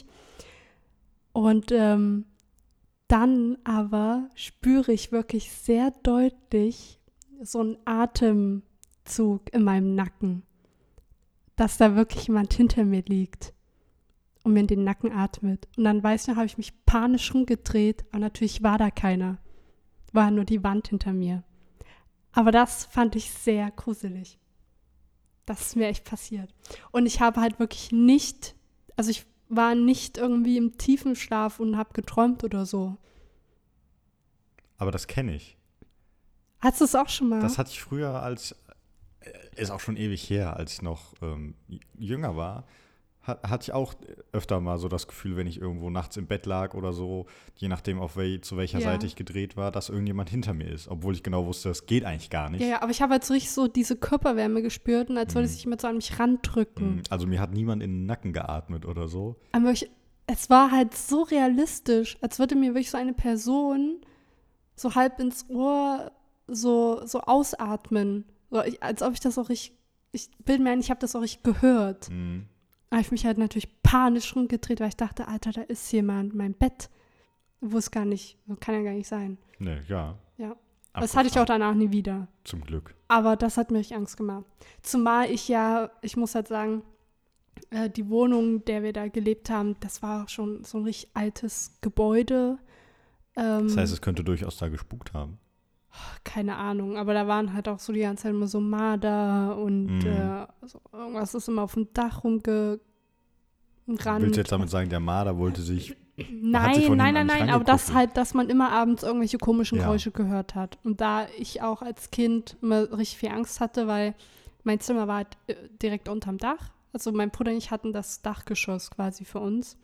Und ähm, dann aber spüre ich wirklich sehr deutlich so einen Atemzug in meinem Nacken, dass da wirklich jemand hinter mir liegt und mir in den Nacken atmet. Und dann weiß ich noch, habe ich mich panisch rumgedreht, aber natürlich war da keiner. War nur die Wand hinter mir. Aber das fand ich sehr gruselig. Das ist mir echt passiert. Und ich habe halt wirklich nicht, also ich war nicht irgendwie im tiefen Schlaf und habe geträumt oder so. Aber das kenne ich. Hattest du es auch schon mal? Das hatte ich früher als, äh, ist auch schon ewig her, als ich noch ähm, j- jünger war, ha- hatte ich auch öfter mal so das Gefühl, wenn ich irgendwo nachts im Bett lag oder so, je nachdem, auf wel, zu welcher Ja. Seite ich gedreht war, dass irgendjemand hinter mir ist, obwohl ich genau wusste, das geht eigentlich gar nicht. Ja, ja, aber ich habe halt so richtig so diese Körperwärme gespürt und als würde Mhm. es sich jemand so an mich randrücken. Mm, Also mir hat niemand in den Nacken geatmet oder so. Aber ich, es war halt so realistisch, als würde mir wirklich so eine Person so halb ins Ohr so, so ausatmen. So, ich, als ob ich das auch richtig, ich bilde mir ein, ich habe das auch richtig gehört. Mm. Da habe ich mich halt natürlich panisch rumgedreht, weil ich dachte, Alter, da ist jemand, mein Bett. Wo es gar nicht, kann ja gar nicht sein. Ne, ja. Ja. Aber das hatte ich auch danach nie wieder. Zum Glück. Aber das hat mir richtig Angst gemacht. Zumal ich ja, ich muss halt sagen, äh, die Wohnung, in der wir da gelebt haben, das war schon so ein richtig altes Gebäude. Ähm, Das heißt, es könnte durchaus da gespukt haben. keine Ahnung, aber da waren halt auch so die ganze Zeit immer so Marder und Mhm. äh, so irgendwas ist immer auf dem Dach rumgerannt. Willst du jetzt damit sagen, der Marder wollte sich Nein, sich von nein, hinten nein, an dich nein, aber das rangekuschelt? halt, dass man immer abends irgendwelche komischen Ja. Geräusche gehört hat. Und da ich auch als Kind immer richtig viel Angst hatte, weil mein Zimmer war halt äh, direkt unterm Dach. Also mein Bruder und ich hatten das Dachgeschoss quasi für uns.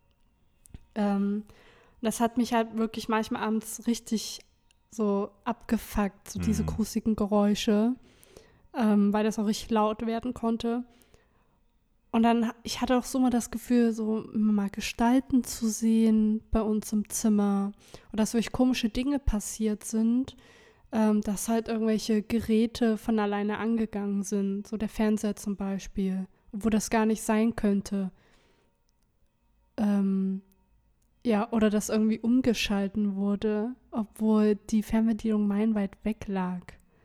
Ähm, das hat mich halt wirklich manchmal abends richtig so abgefuckt, so diese Mhm. grusigen Geräusche, ähm, weil das auch richtig laut werden konnte. Und dann, ich hatte auch so mal das Gefühl, so immer mal Gestalten zu sehen bei uns im Zimmer. Und dass wirklich komische Dinge passiert sind, ähm, dass halt irgendwelche Geräte von alleine angegangen sind. So der Fernseher zum Beispiel, wo das gar nicht sein könnte. Ähm, ja, oder dass irgendwie umgeschalten wurde, obwohl die Fernbedienung meilenweit weg lag.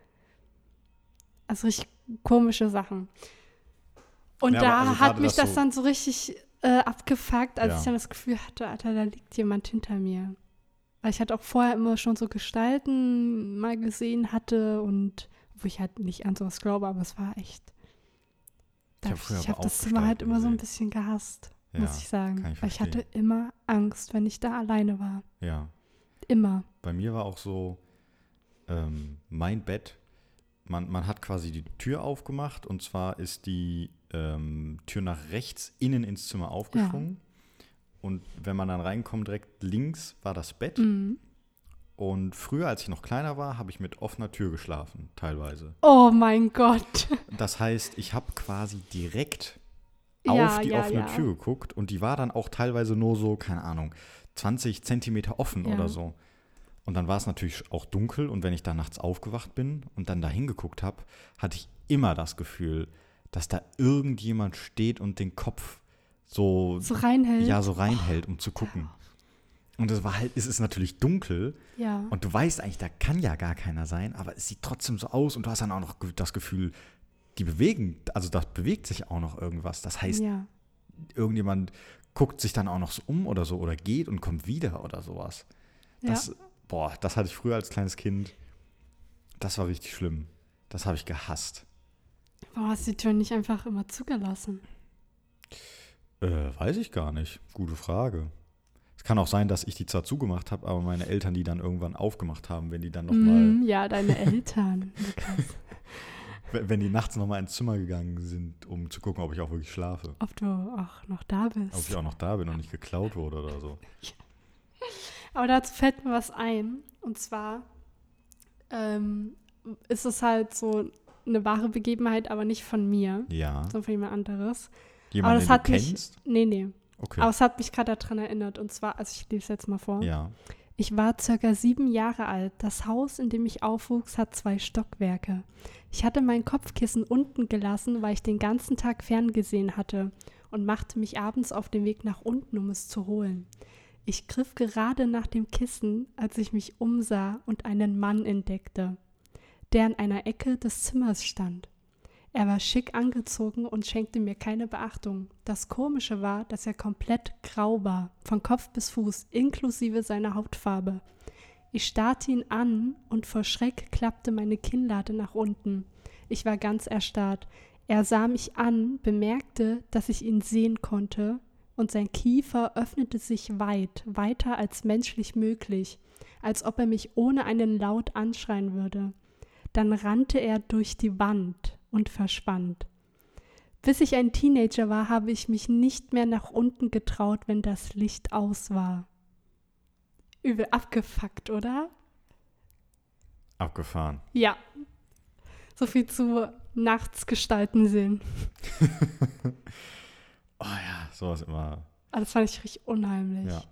Also richtig komische Sachen. Und Ja, aber da also hat gerade mich das das so- dann so richtig äh, abgefuckt, als Ja. ich dann das Gefühl hatte, Alter, da liegt jemand hinter mir. Weil ich halt auch vorher immer schon so Gestalten mal gesehen hatte und wo ich halt nicht an sowas glaube, aber es war echt. Ich hab Da- früher ich aber habe das auch Zimmer halt Gestalten immer so ein gesehen. bisschen gehasst, Ja, muss ich sagen. kann ich Weil ich hatte verstehen. immer Angst, wenn ich da alleine war. Ja. Immer. Bei mir war auch so, ähm, mein Bett, man, man hat quasi die Tür aufgemacht und zwar ist die ähm, Tür nach rechts innen ins Zimmer aufgeschwungen. Und wenn man dann reinkommt, direkt links war das Bett. Mhm. Und früher, als ich noch kleiner war, habe ich mit offener Tür geschlafen, teilweise. Oh mein Gott. Das heißt, ich habe quasi direkt Ja, auf die ja, offene ja. Tür geguckt und die war dann auch teilweise nur so, keine Ahnung, zwanzig Zentimeter offen Ja. oder so. Und dann war es natürlich auch dunkel und wenn ich da nachts aufgewacht bin und dann da hingeguckt habe, hatte ich immer das Gefühl, dass da irgendjemand steht und den Kopf so, So reinhält. ja, so reinhält, um zu gucken. Und es war halt, es ist natürlich dunkel Ja. und du weißt eigentlich, da kann ja gar keiner sein, aber es sieht trotzdem so aus und du hast dann auch noch ge- das Gefühl, die bewegen, also da bewegt sich auch noch irgendwas. Das heißt, ja. irgendjemand guckt sich dann auch noch so um oder so oder geht und kommt wieder oder sowas. Das, ja. boah, das hatte ich früher als kleines Kind. Das war richtig schlimm. Das habe ich gehasst. Warum hast du die Tür nicht einfach immer zugelassen? Äh, weiß ich gar nicht. Gute Frage. Es kann auch sein, dass ich die zwar zugemacht habe, aber meine Eltern die dann irgendwann aufgemacht haben, wenn die dann nochmal, Mm, ja, deine Eltern. Lukas. wenn die nachts nochmal ins Zimmer gegangen sind, um zu gucken, ob ich auch wirklich schlafe. Ob du auch noch da bist. Ob ich auch noch da bin und nicht geklaut wurde oder so. Aber dazu fällt mir was ein. Und zwar ähm, ist es halt so eine wahre Begebenheit, aber nicht von mir, Ja. sondern von jemand anderes. Jemand, aber das den hat du mich, kennst? Nee, nee. Okay. Aber es hat mich gerade daran erinnert. Und zwar, also ich lese es jetzt mal vor. Ja. Ich war circa sieben Jahre alt. Das Haus, in dem ich aufwuchs, hat zwei Stockwerke. Ich hatte mein Kopfkissen unten gelassen, weil ich den ganzen Tag ferngesehen hatte und machte mich abends auf den Weg nach unten, um es zu holen. Ich griff gerade nach dem Kissen, als ich mich umsah und einen Mann entdeckte, der an einer Ecke des Zimmers stand. Er war schick angezogen und schenkte mir keine Beachtung. Das Komische war, dass er komplett grau war, von Kopf bis Fuß, inklusive seiner Hautfarbe. Ich starrte ihn an und vor Schreck klappte meine Kinnlade nach unten. Ich war ganz erstarrt. Er sah mich an, bemerkte, dass ich ihn sehen konnte, und sein Kiefer öffnete sich weit, weiter als menschlich möglich, als ob er mich ohne einen Laut anschreien würde. Dann rannte er durch die Wand und verschwand. Bis ich ein Teenager war, habe ich mich nicht mehr nach unten getraut, wenn das Licht aus war. Übel abgefuckt, oder? Abgefahren. Ja. So viel zu Nachtsgestalten sehen. Oh ja, sowas immer. Aber das fand ich richtig unheimlich. Ja.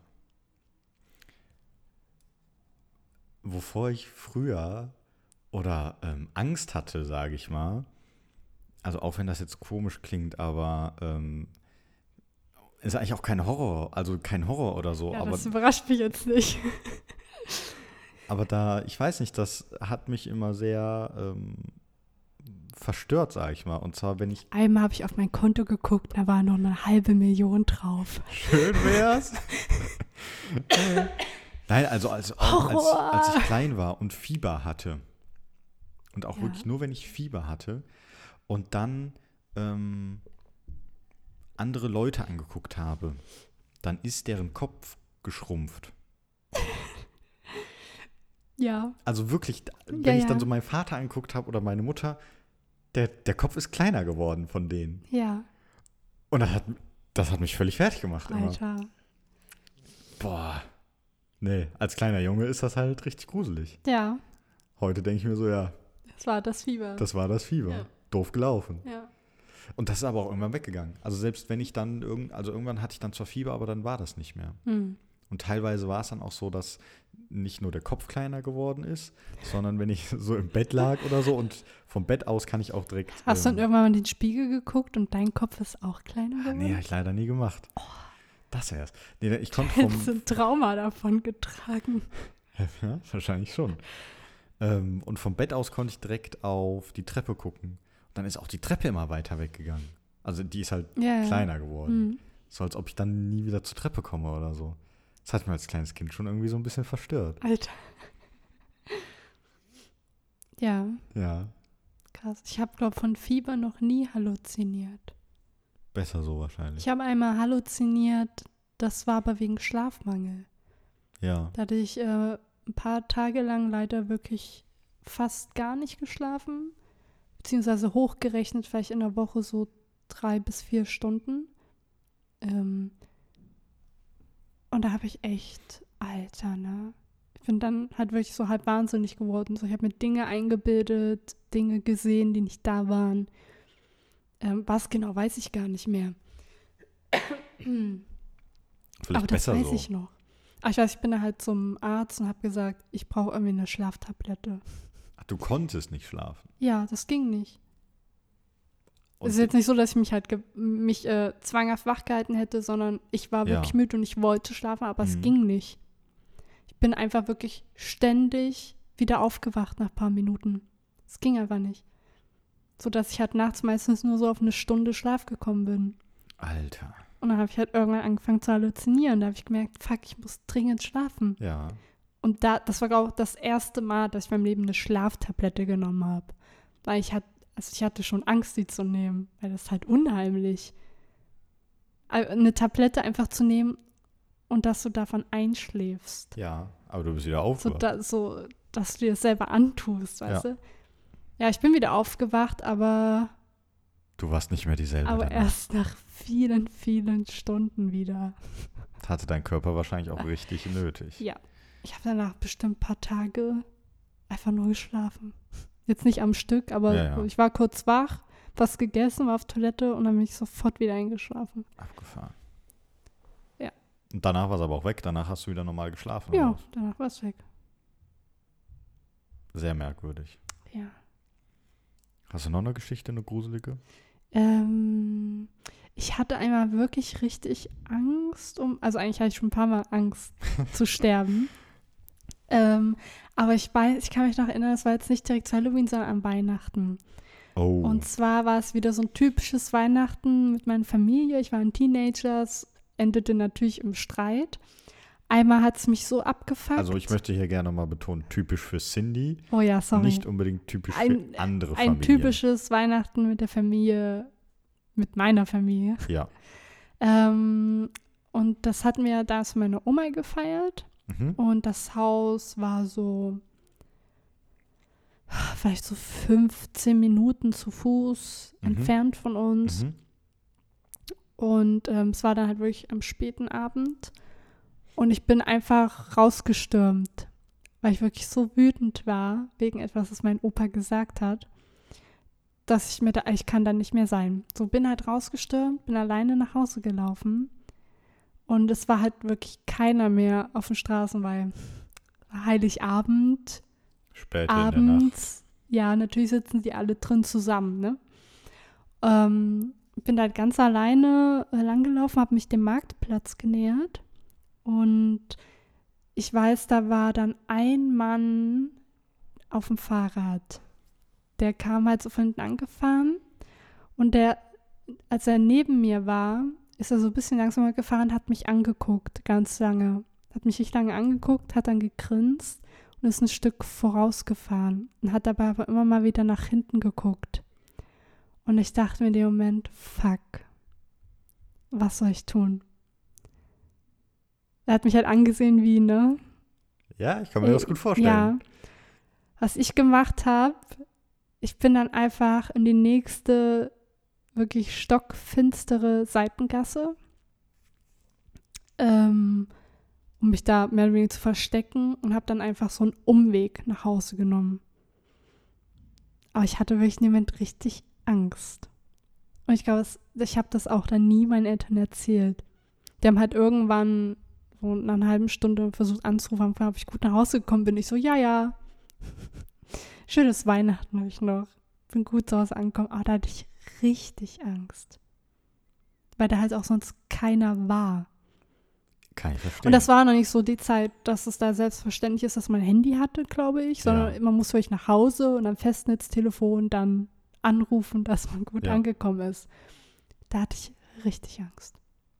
Wovor ich früher oder ähm, Angst hatte, sage ich mal, also auch wenn das jetzt komisch klingt, aber ähm, ist eigentlich auch kein Horror, also kein Horror oder so. Ja, aber, das überrascht mich jetzt nicht. aber da, ich weiß nicht, das hat mich immer sehr ähm, verstört, sage ich mal. Und zwar, wenn ich Einmal habe ich auf mein Konto geguckt, da war noch eine halbe Million drauf. Schön wär's. Nein, also als, als, als ich klein war und Fieber hatte und auch Ja. wirklich nur, wenn ich Fieber hatte und dann ähm, andere Leute angeguckt habe, dann ist deren Kopf geschrumpft. Ja. Also wirklich, wenn Ja, ich ja. dann so meinen Vater angeguckt habe oder meine Mutter, der, der Kopf ist kleiner geworden von denen. Ja. Und das hat, das hat mich völlig fertig gemacht. Immer. Alter. Boah. Nee, als kleiner Junge ist das halt richtig gruselig. Ja. Heute denke ich mir so, ja, Das war das Fieber. das war das Fieber. Ja. Doof gelaufen. Ja. Und das ist aber auch irgendwann weggegangen. Also selbst wenn ich dann, irgend, also irgendwann hatte ich dann zwar Fieber, aber dann war das nicht mehr. Hm. Und teilweise war es dann auch so, dass nicht nur der Kopf kleiner geworden ist, sondern wenn ich so im Bett lag oder so und vom Bett aus kann ich auch direkt. Hast du ähm, dann irgendwann mal in den Spiegel geguckt und dein Kopf ist auch kleiner ah, geworden? nee, habe ich leider nie gemacht. Das wär's. Nee, ich konnte Du vom. hast ein Trauma davon getragen. Ja, wahrscheinlich schon. Ähm, und vom Bett aus konnte ich direkt auf die Treppe gucken. Und dann ist auch die Treppe immer weiter weggegangen. Also die ist halt Ja, ja. kleiner geworden. Hm. So als ob ich dann nie wieder zur Treppe komme oder so. Das hat mich als kleines Kind schon irgendwie so ein bisschen verstört. Alter. Ja, Ja, krass. Ich habe, glaube ich, von Fieber noch nie halluziniert. besser so wahrscheinlich. Ich habe einmal halluziniert, das war aber wegen Schlafmangel. Ja, Da hatte ich äh, ein paar Tage lang leider wirklich fast gar nicht geschlafen. Beziehungsweise hochgerechnet vielleicht in der Woche so drei bis vier Stunden. Ähm, und da habe ich echt, Alter, ne? Ich bin dann halt wirklich so halb wahnsinnig geworden. So, ich habe mir Dinge eingebildet, Dinge gesehen, die nicht da waren. Ähm, was genau, weiß ich gar nicht mehr. vielleicht Aber das besser weiß so. ich noch. Ach, ich weiß, ich bin da halt zum Arzt und habe gesagt, ich brauche irgendwie eine Schlaftablette. Ach, du konntest nicht schlafen. Ja, das ging nicht. Und Es ist jetzt nicht so, dass ich mich halt ge- mich äh, zwanghaft wach gehalten hätte, sondern ich war Ja. wirklich müde und ich wollte schlafen, aber es Mhm. ging nicht. Ich bin einfach wirklich ständig wieder aufgewacht nach ein paar Minuten. Es ging einfach nicht. So dass ich halt nachts meistens nur so auf eine Stunde Schlaf gekommen bin. Alter. Und dann habe ich halt irgendwann angefangen zu halluzinieren. Da habe ich gemerkt, fuck, ich muss dringend schlafen. Ja. Und da, das war auch das erste Mal, dass ich in meinem Leben eine Schlaftablette genommen habe. Weil ich hatte, also ich hatte schon Angst, die zu nehmen, weil das ist halt unheimlich. Eine Tablette einfach zu nehmen, und dass du davon einschläfst. Ja, aber du bist wieder So, aufgewacht. da, so dass du dir das selber antust, weißt Ja. du? Ja, ich bin wieder aufgewacht, aber, Du warst nicht mehr dieselbe. aber danach. erst nach vielen, vielen Stunden wieder. Hatte dein Körper wahrscheinlich auch richtig nötig. Ja, ich habe danach bestimmt ein paar Tage einfach nur geschlafen. Jetzt nicht am Stück, aber Ja, ja. ich war kurz wach, was gegessen, war auf Toilette und dann bin ich sofort wieder eingeschlafen. Abgefahren. Ja. Und danach war es aber auch weg. Danach hast du wieder normal geschlafen. Ja, oder was? danach war es weg. Sehr merkwürdig. Ja. Hast du noch eine Geschichte, eine gruselige? Ähm, ich hatte einmal wirklich richtig Angst, um, also eigentlich hatte ich schon ein paar Mal Angst zu sterben. Ähm, aber ich weiß, ich kann mich noch erinnern, es war jetzt nicht direkt zu Halloween, sondern an Weihnachten. Oh. Und zwar war es wieder so ein typisches Weihnachten mit meiner Familie. Ich war ein Teenager, es endete natürlich im Streit. Einmal hat es mich so abgefuckt. Also ich möchte hier gerne mal betonen, typisch für Cindy, oh ja, sorry. nicht unbedingt typisch Ein- für andere Ein Familien. typisches Weihnachten mit der Familie, mit meiner Familie. Ja. Ähm, und das hatten wir damals für meine Oma gefeiert. Mhm. Und das Haus war so vielleicht so fünfzehn Minuten zu Fuß Mhm. entfernt von uns. Mhm. Und ähm, es war dann halt wirklich am späten Abend. Und ich bin einfach rausgestürmt, weil ich wirklich so wütend war, wegen etwas, was mein Opa gesagt hat, dass ich mir da, ich kann da nicht mehr sein. So bin halt rausgestürmt, bin alleine nach Hause gelaufen. Und es war halt wirklich keiner mehr auf den Straßen, weil Heiligabend, Später in der Nacht. abends, ja, natürlich sitzen die alle drin zusammen, ne? Ähm, bin halt ganz alleine äh, langgelaufen, habe mich dem Marktplatz genähert und ich weiß, da war dann ein Mann auf dem Fahrrad. Der kam halt so von hinten angefahren und der, als er neben mir war, ist er so ein bisschen langsamer gefahren, hat mich angeguckt, ganz lange. Hat mich nicht lange angeguckt, hat dann gegrinst und ist ein Stück vorausgefahren und hat dabei aber immer mal wieder nach hinten geguckt. Und ich dachte mir in dem Moment, fuck, was soll ich tun? Er hat mich halt angesehen wie, ne? Ja, ich kann mir das gut vorstellen. Ja. Was ich gemacht habe, ich bin dann einfach in die nächste wirklich stockfinstere Seitengasse, ähm, um mich da mehr oder weniger zu verstecken und habe dann einfach so einen Umweg nach Hause genommen. Aber ich hatte wirklich in dem Moment richtig Angst. Und ich glaube, ich habe das auch dann nie meinen Eltern erzählt. Die haben halt irgendwann so nach einer halben Stunde versucht anzurufen, ob ich gut nach Hause gekommen bin. Ich so, ja, ja. Schönes Weihnachten habe ich noch. Bin gut zu Hause angekommen. Aber da hatte ich richtig Angst. Weil da halt auch sonst keiner war. Kann ich verstehen. Und das war noch nicht so die Zeit, dass es da selbstverständlich ist, dass man ein Handy hatte, glaube ich, sondern Ja. man muss wirklich nach Hause und am Festnetztelefon dann anrufen, dass man gut Ja. angekommen ist. Da hatte ich richtig Angst.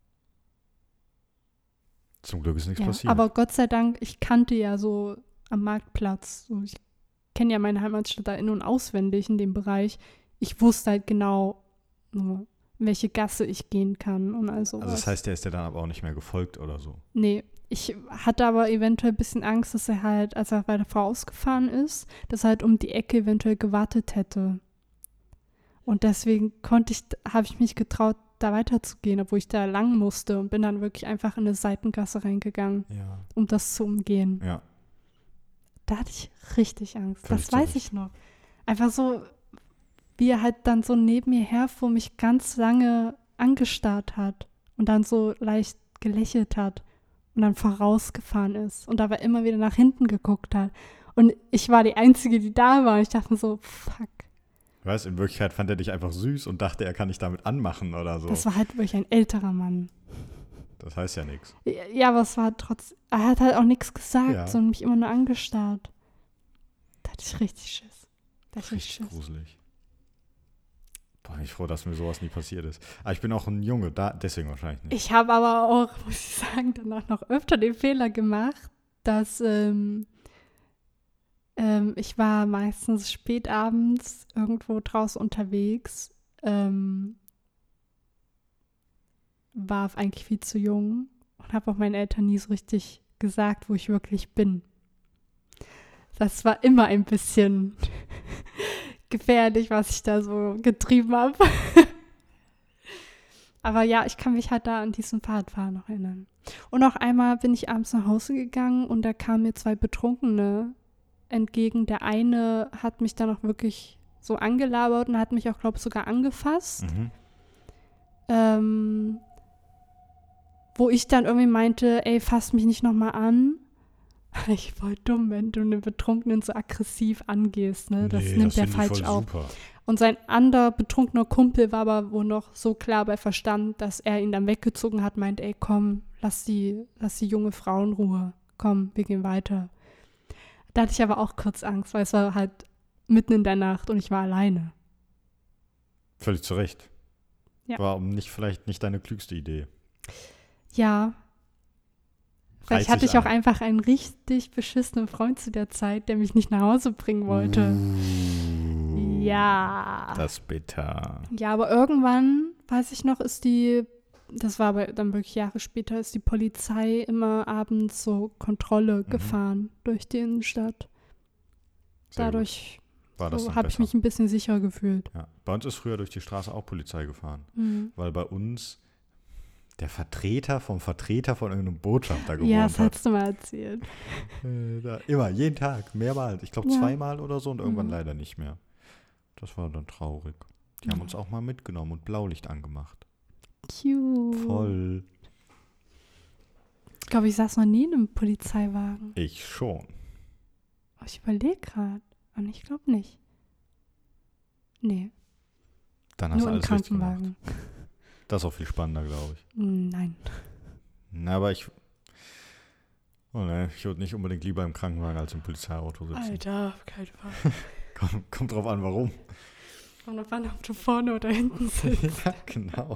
Zum Glück ist nichts Ja, passiert. aber Gott sei Dank, ich kannte ja so am Marktplatz, so ich kenne ja meine Heimatstadt da in- und auswendig in dem Bereich. Ich wusste halt genau, so, in welche Gasse ich gehen kann und all sowas. also das heißt, der ist dir dann aber auch nicht mehr gefolgt oder so. Nee, ich hatte aber eventuell ein bisschen Angst, dass er halt, als er weiter vorausgefahren ist, dass er halt um die Ecke eventuell gewartet hätte. Und deswegen konnte ich, habe ich mich getraut, da weiterzugehen, obwohl ich da lang musste und bin dann wirklich einfach in eine Seitengasse reingegangen, Ja. um das zu umgehen. Ja. Da hatte ich richtig Angst. Völlig das weiß zurecht. ich noch. Einfach so, wie er halt dann so neben mir herfuhr, mich ganz lange angestarrt hat und dann so leicht gelächelt hat und dann vorausgefahren ist und dabei immer wieder nach hinten geguckt hat. Und ich war die Einzige, die da war. Ich dachte mir so, fuck. Weißt, in Wirklichkeit fand er dich einfach süß und dachte, er kann dich damit anmachen oder so. Das war halt wirklich ein älterer Mann. Das heißt ja nichts. Ja, aber es war trotzdem, er hat halt auch nichts gesagt, Ja. sondern mich immer nur angestarrt. Da hatte ich richtig Schiss. Da hatte ich Richtig Schiss. gruselig. Boah, bin ich froh, dass mir sowas nie passiert ist. Aber ich bin auch ein Junge, da, deswegen wahrscheinlich nicht. Ich habe aber auch, muss ich sagen, danach noch öfter den Fehler gemacht, dass ähm, ähm, ich war meistens spät abends irgendwo draußen unterwegs, ähm, war eigentlich viel zu jung und und habe auch meinen Eltern nie so richtig gesagt, wo ich wirklich bin. Das war immer ein bisschen gefährlich, was ich da so getrieben habe. Aber ja, ich kann mich halt da an diesen Fahrradfahrer noch erinnern. Und auch einmal bin ich abends nach Hause gegangen und da kamen mir zwei Betrunkene entgegen. Der eine hat mich dann auch wirklich so angelabert und hat mich auch, glaube ich, sogar angefasst. Mhm. Ähm, wo ich dann irgendwie meinte, ey, fass mich nicht nochmal an. Ich voll dumm, wenn du einen Betrunkenen so aggressiv angehst, ne? Das Nee, nimmt das der find ich falsch voll auf. super. Und sein anderer betrunkener Kumpel war aber wohl noch so klar bei Verstand, dass er ihn dann weggezogen hat, meint, ey, komm, lass die, lass die junge Frau in Ruhe. Komm, wir gehen weiter. Da hatte ich aber auch kurz Angst, weil es war halt mitten in der Nacht und ich war alleine. Völlig zu Recht. Ja. War um nicht vielleicht nicht deine klügste Idee. Ja. Vielleicht Reiz hatte dich ich auch ein. einfach einen richtig beschissenen Freund zu der Zeit, der mich nicht nach Hause bringen wollte. Uh, Ja. Das ist bitter. Ja, aber irgendwann, weiß ich noch, ist die, das war aber dann wirklich Jahre später, ist die Polizei immer abends so Kontrolle Mhm. gefahren durch die Innenstadt. Sehr Dadurch gut. War das so, dann habe ich besser. mich ein bisschen sicherer gefühlt. Ja. Bei uns ist früher durch die Straße auch Polizei gefahren. Mhm. Weil bei uns der Vertreter vom Vertreter von irgendeinem Botschafter gewohnt Ja, das hat. hast du mal erzählt. Äh, da, immer, jeden Tag, mehrmals. Ich glaube Ja. zweimal oder so und irgendwann Mhm. leider nicht mehr. Das war dann traurig. Die haben Ja. uns auch mal mitgenommen und Blaulicht angemacht. Cute. Voll. Ich glaube, ich saß noch nie in einem Polizeiwagen. Ich schon. Oh, ich überlege gerade. Und ich glaube nicht. Nee, Dann hast nur du im alles richtig gemacht. Krankenwagen. Das ist auch viel spannender, glaube ich. Mm, Nein. Na, aber ich. Oh ne, ich würde nicht unbedingt lieber im Krankenwagen als im Polizeiauto sitzen. Alter, auf keinen Fall. Kommt, kommt drauf an, warum. Kommt drauf an, ob du vorne oder hinten sitzt. Ja, genau.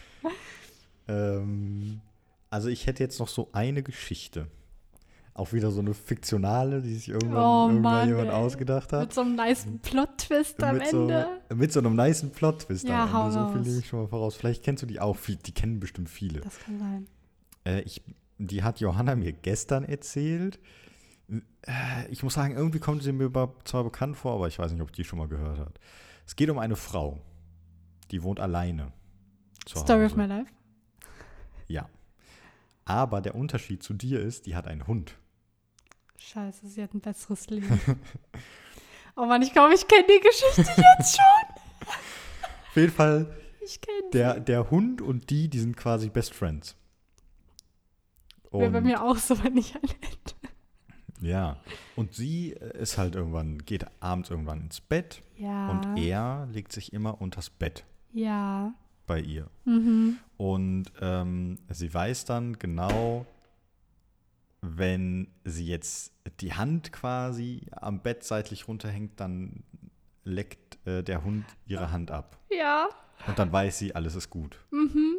ähm, also ich hätte jetzt noch so eine Geschichte. Auch wieder so eine fiktionale, die sich irgendwann, Oh irgendwann Mann, jemand ey. ausgedacht hat. Mit so einem nice Plot-Twist am mit, so, Ende. mit so einem nicen Plot-Twist Ja, am hau Ende. So viel raus. nehme ich schon mal voraus. Vielleicht kennst du die auch. Viel- Die kennen bestimmt viele. Das kann sein. Äh, ich, die hat Johanna mir gestern erzählt. Äh, Ich muss sagen, irgendwie kommt sie mir be- zwar bekannt vor, aber ich weiß nicht, ob die schon mal gehört hat. Es geht um eine Frau, die wohnt alleine zu Story Hause. of my life. Ja. Aber der Unterschied zu dir ist, die hat einen Hund. Scheiße, sie hat ein besseres Leben. Oh Mann, ich glaube, ich kenne die Geschichte jetzt schon. Auf jeden Fall, Ich kenne der, der Hund und die, die sind quasi Best Friends. die. Wäre bei Und- mir auch so, wenn ich eine hätte. Ja. Und sie ist halt irgendwann, geht abends irgendwann ins Bett Ja. und er legt sich immer unters Bett Ja. bei ihr. Mhm. Und ähm, sie weiß dann genau, wenn sie jetzt die Hand quasi am Bett seitlich runterhängt, dann leckt äh, der Hund ihre Hand ab. Ja. Und dann weiß sie, alles ist gut. Mhm.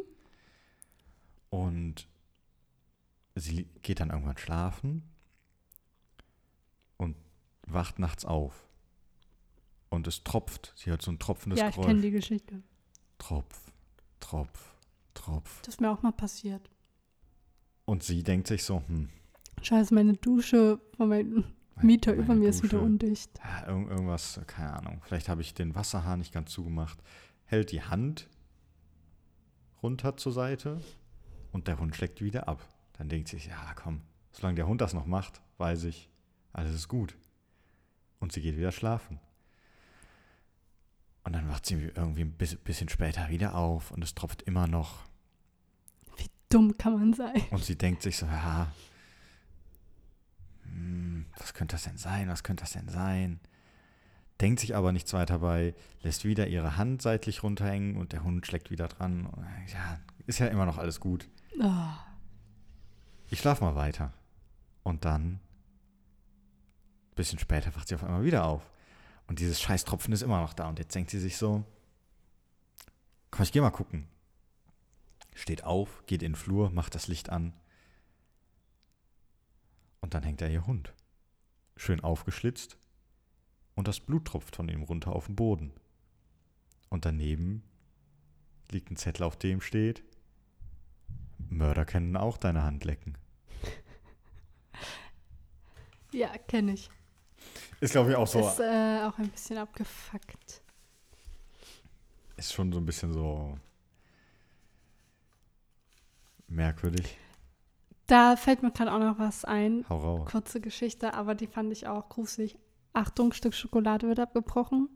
Und sie geht dann irgendwann schlafen und wacht nachts auf. Und es tropft. Sie hört so ein tropfendes Ja, ich Geräusch. kenne die Geschichte. Tropf, Tropf, Tropf. Das ist mir auch mal passiert. Und sie denkt sich so, hm, Scheiße, meine Dusche von meinem Mieter meine über mir ist wieder Dusche. undicht. ja, irgend, irgendwas, keine Ahnung. Vielleicht habe ich den Wasserhahn nicht ganz zugemacht. Hält die Hand runter zur Seite und der Hund schlägt wieder ab. Dann denkt sie, ja komm, solange der Hund das noch macht, weiß ich, alles ist gut. Und sie geht wieder schlafen. Und dann wacht sie irgendwie ein bis- bisschen später wieder auf und es tropft immer noch. Wie dumm kann man sein? Und sie denkt sich so, ja, hm, was könnte das denn sein, was könnte das denn sein? Denkt sich aber nichts weiter bei, lässt wieder ihre Hand seitlich runterhängen und der Hund schlägt wieder dran. Und, ja, ist ja immer noch alles gut. Oh. Ich schlaf mal weiter. Und dann, ein bisschen später, wacht sie auf einmal wieder auf. Und dieses Scheißtropfen ist immer noch da. Und jetzt denkt sie sich so, komm, ich geh mal gucken. Steht auf, geht in den Flur, macht das Licht an. Und dann hängt da ihr Hund. Schön aufgeschlitzt. Und das Blut tropft von ihm runter auf den Boden. Und daneben liegt ein Zettel, auf dem steht Mörder können auch deine Hand lecken. Ja, kenne ich. Ist, glaube ich, auch so. Ist äh, auch ein bisschen abgefuckt. Ist schon so ein bisschen so merkwürdig. Da fällt mir gerade auch noch was ein. Hau raus. Kurze Geschichte, aber die fand ich auch gruselig. Achtung, Stück Schokolade wird abgebrochen.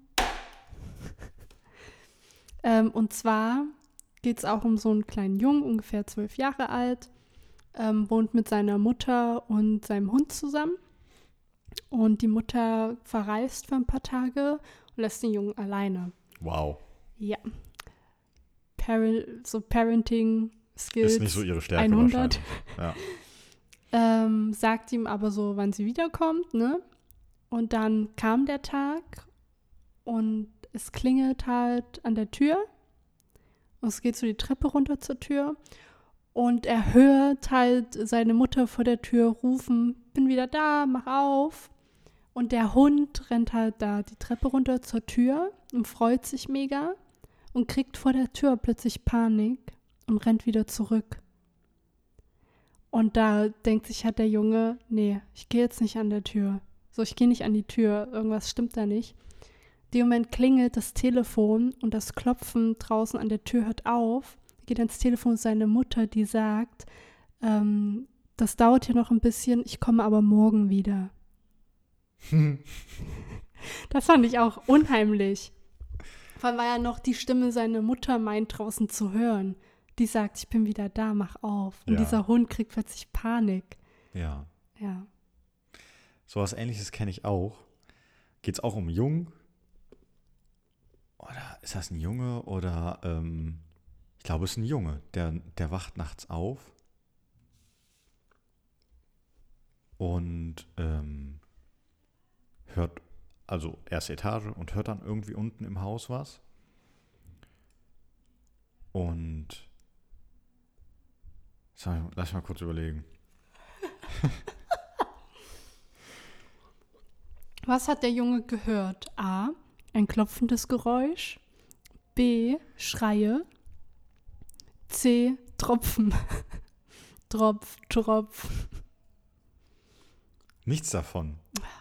ähm, und zwar geht es auch um so einen kleinen Jungen, ungefähr zwölf Jahre alt, ähm, wohnt mit seiner Mutter und seinem Hund zusammen. Und die Mutter verreist für ein paar Tage und lässt den Jungen alleine. Wow. Ja. Parent, so Parenting Skills. Ist nicht so ihre Stärke hundert. wahrscheinlich. Ja. ähm, sagt ihm aber so, wann sie wiederkommt, ne? Und dann kam der Tag und es klingelt halt an der Tür. Und es geht so die Treppe runter zur Tür. Und er hört halt seine Mutter vor der Tür rufen, bin wieder da, mach auf. Und der Hund rennt halt da die Treppe runter zur Tür und freut sich mega und kriegt vor der Tür plötzlich Panik und rennt wieder zurück. Und da denkt sich halt der Junge, nee, ich gehe jetzt nicht an der Tür. So, ich gehe nicht an die Tür, irgendwas stimmt da nicht. In dem Moment klingelt das Telefon und das Klopfen draußen an der Tür hört auf. Geht ans Telefon seine Mutter, die sagt, ähm, das dauert hier noch ein bisschen, ich komme aber morgen wieder. Das fand ich auch unheimlich. Vor allem war ja noch die Stimme seiner Mutter meint draußen zu hören. Die sagt, ich bin wieder da, mach auf. Und Ja. dieser Hund kriegt plötzlich Panik. Ja. Ja. So was Ähnliches kenne ich auch. Geht es auch um Jungen? Oder ist das ein Junge? Oder, ähm, ich glaube, es ist ein Junge. Der, der wacht nachts auf. Und, ähm, hört, also erste Etage und hört dann irgendwie unten im Haus was. Und, sorry, lass mich mal kurz überlegen. Was hat der Junge gehört? A. Ein klopfendes Geräusch. B. Schreie. C. Tropfen. Tropf, Tropf. Nichts davon.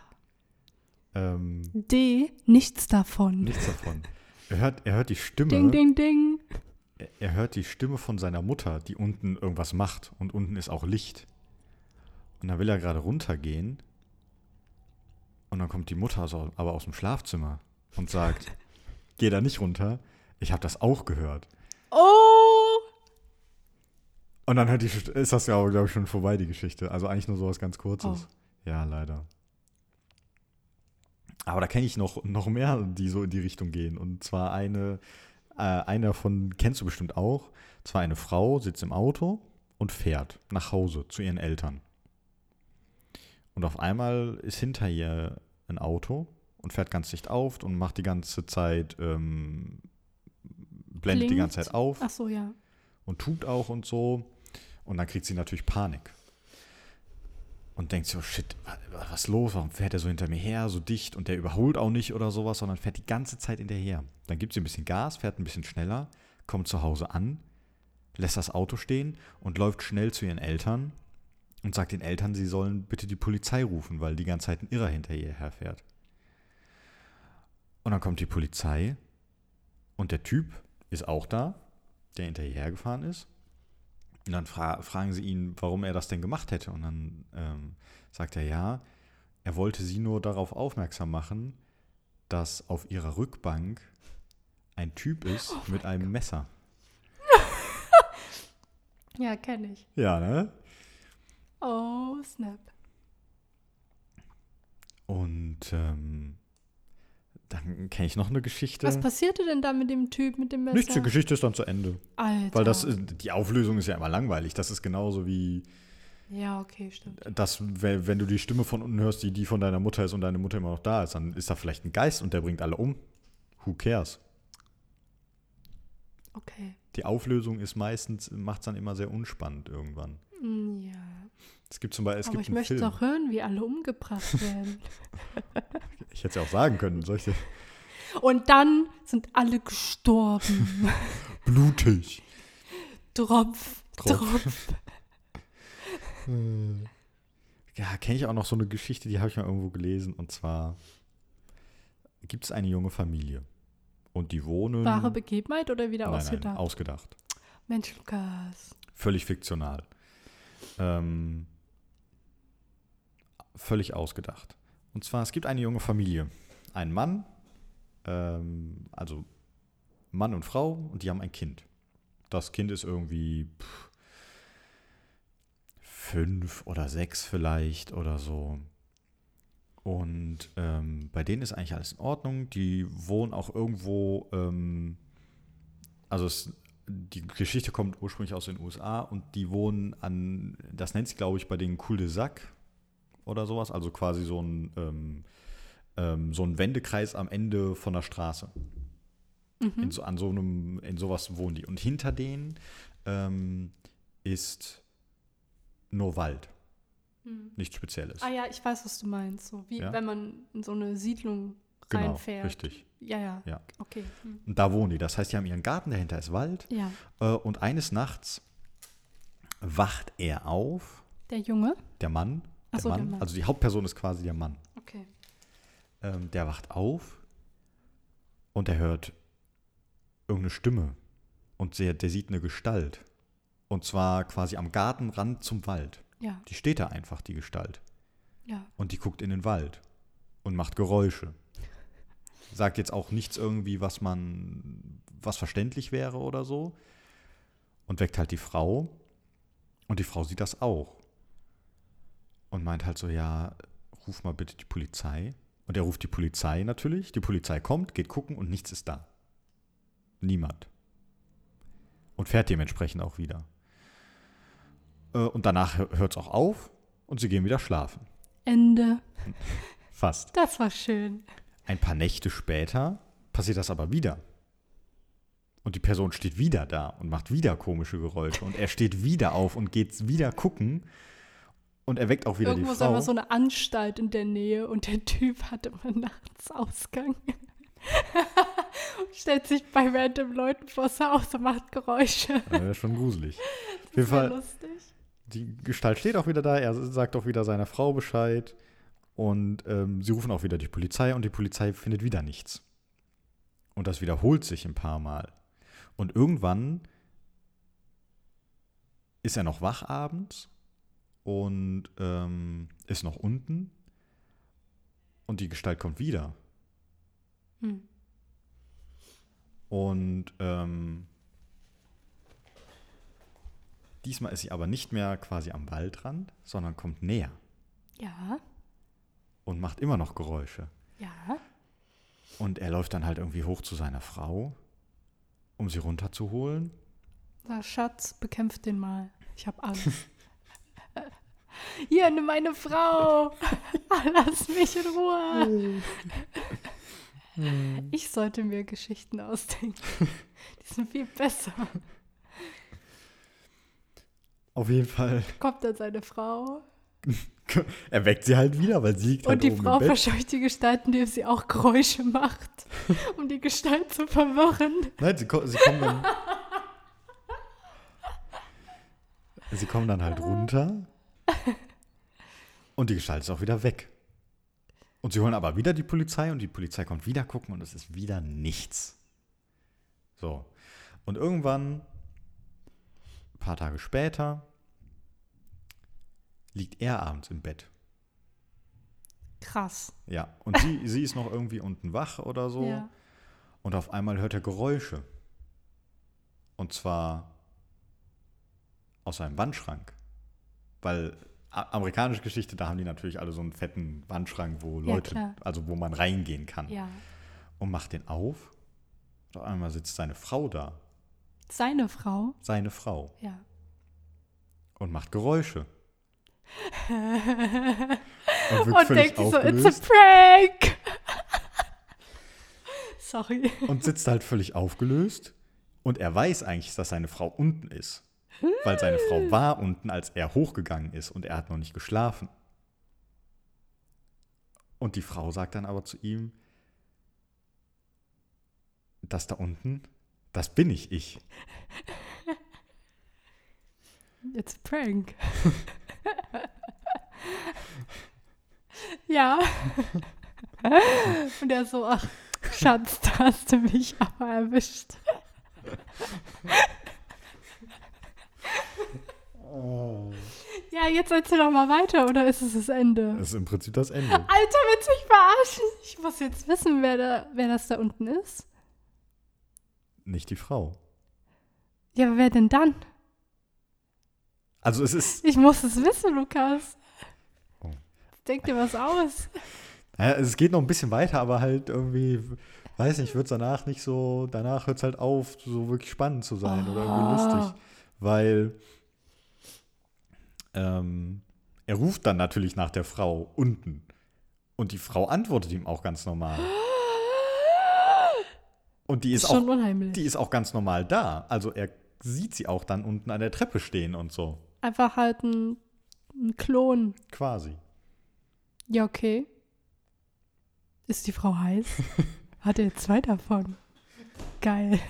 Ähm, D. Nichts davon. nichts davon. Er hört, er hört die Stimme. Ding, ding, ding. Er, er hört die Stimme von seiner Mutter, die unten irgendwas macht. Und unten ist auch Licht. Und da will er gerade runtergehen. Und dann kommt die Mutter so, aber aus dem Schlafzimmer und sagt, geh da nicht runter. Ich habe das auch gehört. Oh! Und dann hört die, ist das ja, glaube ich, schon vorbei, die Geschichte. Also eigentlich nur sowas ganz Kurzes. Oh. Ja, leider. Aber da kenne ich noch, noch mehr, die so in die Richtung gehen. Und zwar eine, äh, einer davon kennst du bestimmt auch. Zwar eine Frau sitzt im Auto und fährt nach Hause zu ihren Eltern. Und auf einmal ist hinter ihr ein Auto und fährt ganz dicht auf und macht die ganze Zeit, ähm, blendet Blinkt. die ganze Zeit auf Ach so, ja. und tut auch und so. Und dann kriegt sie natürlich Panik. Und denkt so, shit, was ist los? Warum fährt er so hinter mir her, so dicht? Und der überholt auch nicht oder sowas, sondern fährt die ganze Zeit hinterher. Dann gibt sie ein bisschen Gas, fährt ein bisschen schneller, kommt zu Hause an, lässt das Auto stehen und läuft schnell zu ihren Eltern und sagt den Eltern, sie sollen bitte die Polizei rufen, weil die ganze Zeit ein Irrer hinter ihr herfährt. Und dann kommt die Polizei und der Typ ist auch da, der hinter ihr hergefahren ist. Und dann fra- fragen sie ihn, warum er das denn gemacht hätte. Und dann ähm, sagt er, ja, er wollte sie nur darauf aufmerksam machen, dass auf ihrer Rückbank ein Typ ist Oh mit einem Gott. Messer. Ja, kenne ich. Ja, ne? Oh, snap. Und ähm, dann kenne ich noch eine Geschichte. Was passierte denn da mit dem Typ, mit dem Messer? Nichts, die Geschichte ist dann zu Ende. Alter. Weil das ist, die Auflösung ist ja immer langweilig. Das ist genauso wie, Ja, okay, stimmt. dass, wenn wenn du die Stimme von unten hörst, die die von deiner Mutter ist und deine Mutter immer noch da ist, dann ist da vielleicht ein Geist und der bringt alle um. Who cares? Okay. Die Auflösung ist meistens, macht es dann immer sehr unspannend irgendwann. Mm, ja. Es gibt zum Beispiel, es Aber gibt ich einen möchte Film. doch hören, wie alle umgebracht werden. Ich hätte es ja auch sagen können. Solche Und dann sind alle gestorben. blutig. Tropf, Tropf. Ja, kenne ich auch noch so eine Geschichte, die habe ich mal irgendwo gelesen. Und zwar gibt es eine junge Familie. Und die wohnen... Wahre Begebenheit oder wieder nein, ausgedacht? Nein, ausgedacht. Mensch, Lukas. Völlig fiktional. Ähm, völlig ausgedacht. Und zwar, es gibt eine junge Familie. Ein Mann, ähm, also Mann und Frau, und die haben ein Kind. Das Kind ist irgendwie pff, fünf oder sechs vielleicht oder so. Und ähm, bei denen ist eigentlich alles in Ordnung. Die wohnen auch irgendwo, ähm, also es, die Geschichte kommt ursprünglich aus den U S A und die wohnen an, das nennt sich glaube ich bei denen Cul-de-sac oder sowas, also quasi so ein, ähm, ähm, so ein Wendekreis am Ende von der Straße. Mhm. In so, an so einem, in sowas wohnen die. Und hinter denen ähm, ist nur Wald. Mhm. Nichts Spezielles. Ah ja, ich weiß, was du meinst. So wie Ja? wenn man in so eine Siedlung Genau, reinfährt. richtig. Ja, ja. Ja. Okay. Mhm. Und da wohnen die. Das heißt, die haben ihren Garten, dahinter ist Wald. Ja. Äh, und eines Nachts wacht er auf, Der Junge? der Mann. Ach Der so, der Mann. Mann. Also die Hauptperson ist quasi der Mann. Okay. Ähm, der wacht auf und er hört irgendeine Stimme. Und der, der sieht eine Gestalt. Und zwar quasi am Gartenrand zum Wald. Ja, Die steht da einfach, die Gestalt. ja. Und die guckt in den Wald und macht Geräusche. Sagt jetzt auch nichts irgendwie, was man, was verständlich wäre oder so. Und weckt halt die Frau. Und die Frau sieht das auch. Und meint halt so, ja, ruf mal bitte die Polizei. Und er ruft die Polizei natürlich. Die Polizei kommt, geht gucken und nichts ist da. Niemand. Und fährt dementsprechend auch wieder. Äh, Und danach hört es auch auf und sie gehen wieder schlafen. Ende. Fast. Das war schön. Ein paar Nächte später passiert das aber wieder. Und die Person steht wieder da und macht wieder komische Geräusche. Und er steht wieder auf und geht wieder gucken. Und er weckt auch wieder Irgendwo die ist Frau. einfach so eine Anstalt in der Nähe und der Typ hat immer nachts Ausgang. Stellt sich bei random Leuten vors Haus und macht Geräusche. Ja, das ist schon gruselig. Auf jeden Das war Fall, lustig. die Gestalt steht auch wieder da. Er sagt auch wieder seiner Frau Bescheid. Und ähm, sie rufen auch wieder die Polizei und die Polizei findet wieder nichts. Und das wiederholt sich ein paar Mal. Und irgendwann ist er noch wach abends und ähm, ist noch unten und die Gestalt kommt wieder. Hm. Und ähm, diesmal ist sie aber nicht mehr quasi am Waldrand, sondern kommt näher Ja, und macht immer noch Geräusche. ja. Und er läuft dann halt irgendwie hoch zu seiner Frau, um sie runterzuholen. Na, Schatz, bekämpft den mal. Ich hab Angst. Hier, nimm meine Frau. Lass mich in Ruhe. Ich sollte mir Geschichten ausdenken. Die sind viel besser. Auf jeden Fall. Kommt dann seine Frau. Er weckt sie halt wieder, weil sie liegt halt Und die oben Frau im Bett. verscheucht die Gestalt, indem sie auch Geräusche macht, um die Gestalt zu verwirren. Nein, sie, ko- sie kommen dann. Sie kommen dann halt runter. Und die Gestalt ist auch wieder weg. Und sie holen aber wieder die Polizei und die Polizei kommt wieder gucken und es ist wieder nichts. So. Und irgendwann, ein paar Tage später, liegt er abends im Bett. Krass. Ja. Und sie, sie ist noch irgendwie unten wach oder so. Ja. Und auf einmal hört er Geräusche. Und zwar aus seinem Wandschrank. Weil a- amerikanische Geschichte, da haben die natürlich alle so einen fetten Wandschrank, wo Ja, Leute, klar. also wo man reingehen kann. Ja. Und macht den auf. Und auf einmal sitzt seine Frau da. Seine Frau? Seine Frau. Ja. Und macht Geräusche. Und, Und, wirkt völlig denkt sich so, it's aufgelöst. a prank. Sorry. Und sitzt halt völlig aufgelöst. Und er weiß eigentlich, dass seine Frau unten ist. Weil seine Frau war unten, als er hochgegangen ist. Und er hat noch nicht geschlafen. Und die Frau sagt dann aber zu ihm, das da unten, das bin nicht ich. It's a prank. Ja. Und er so, ach, Schatz, da hast du mich aber erwischt. Oh. Ja, jetzt erzähl doch mal weiter, oder ist es das Ende? Das ist im Prinzip das Ende. Alter, willst du mich verarschen? Ich muss jetzt wissen, wer, da, wer das da unten ist. Nicht die Frau. Ja, aber wer denn dann? Also es ist... Ich muss es wissen, Lukas. Oh. Denk dir was aus. Naja, es geht noch ein bisschen weiter, aber halt irgendwie, weiß nicht, wird es danach nicht so, danach hört es halt auf, so wirklich spannend zu sein Oh. oder irgendwie lustig. Weil ähm, er ruft dann natürlich nach der Frau unten. Und die Frau antwortet ihm auch ganz normal. Und die ist, Ist schon auch, unheimlich. die ist auch ganz normal da. Also er sieht sie auch dann unten an der Treppe stehen und so. Einfach halt ein, ein Klon. Quasi. Ja, okay. Ist die Frau heiß? Hat er jetzt zwei davon? Geil.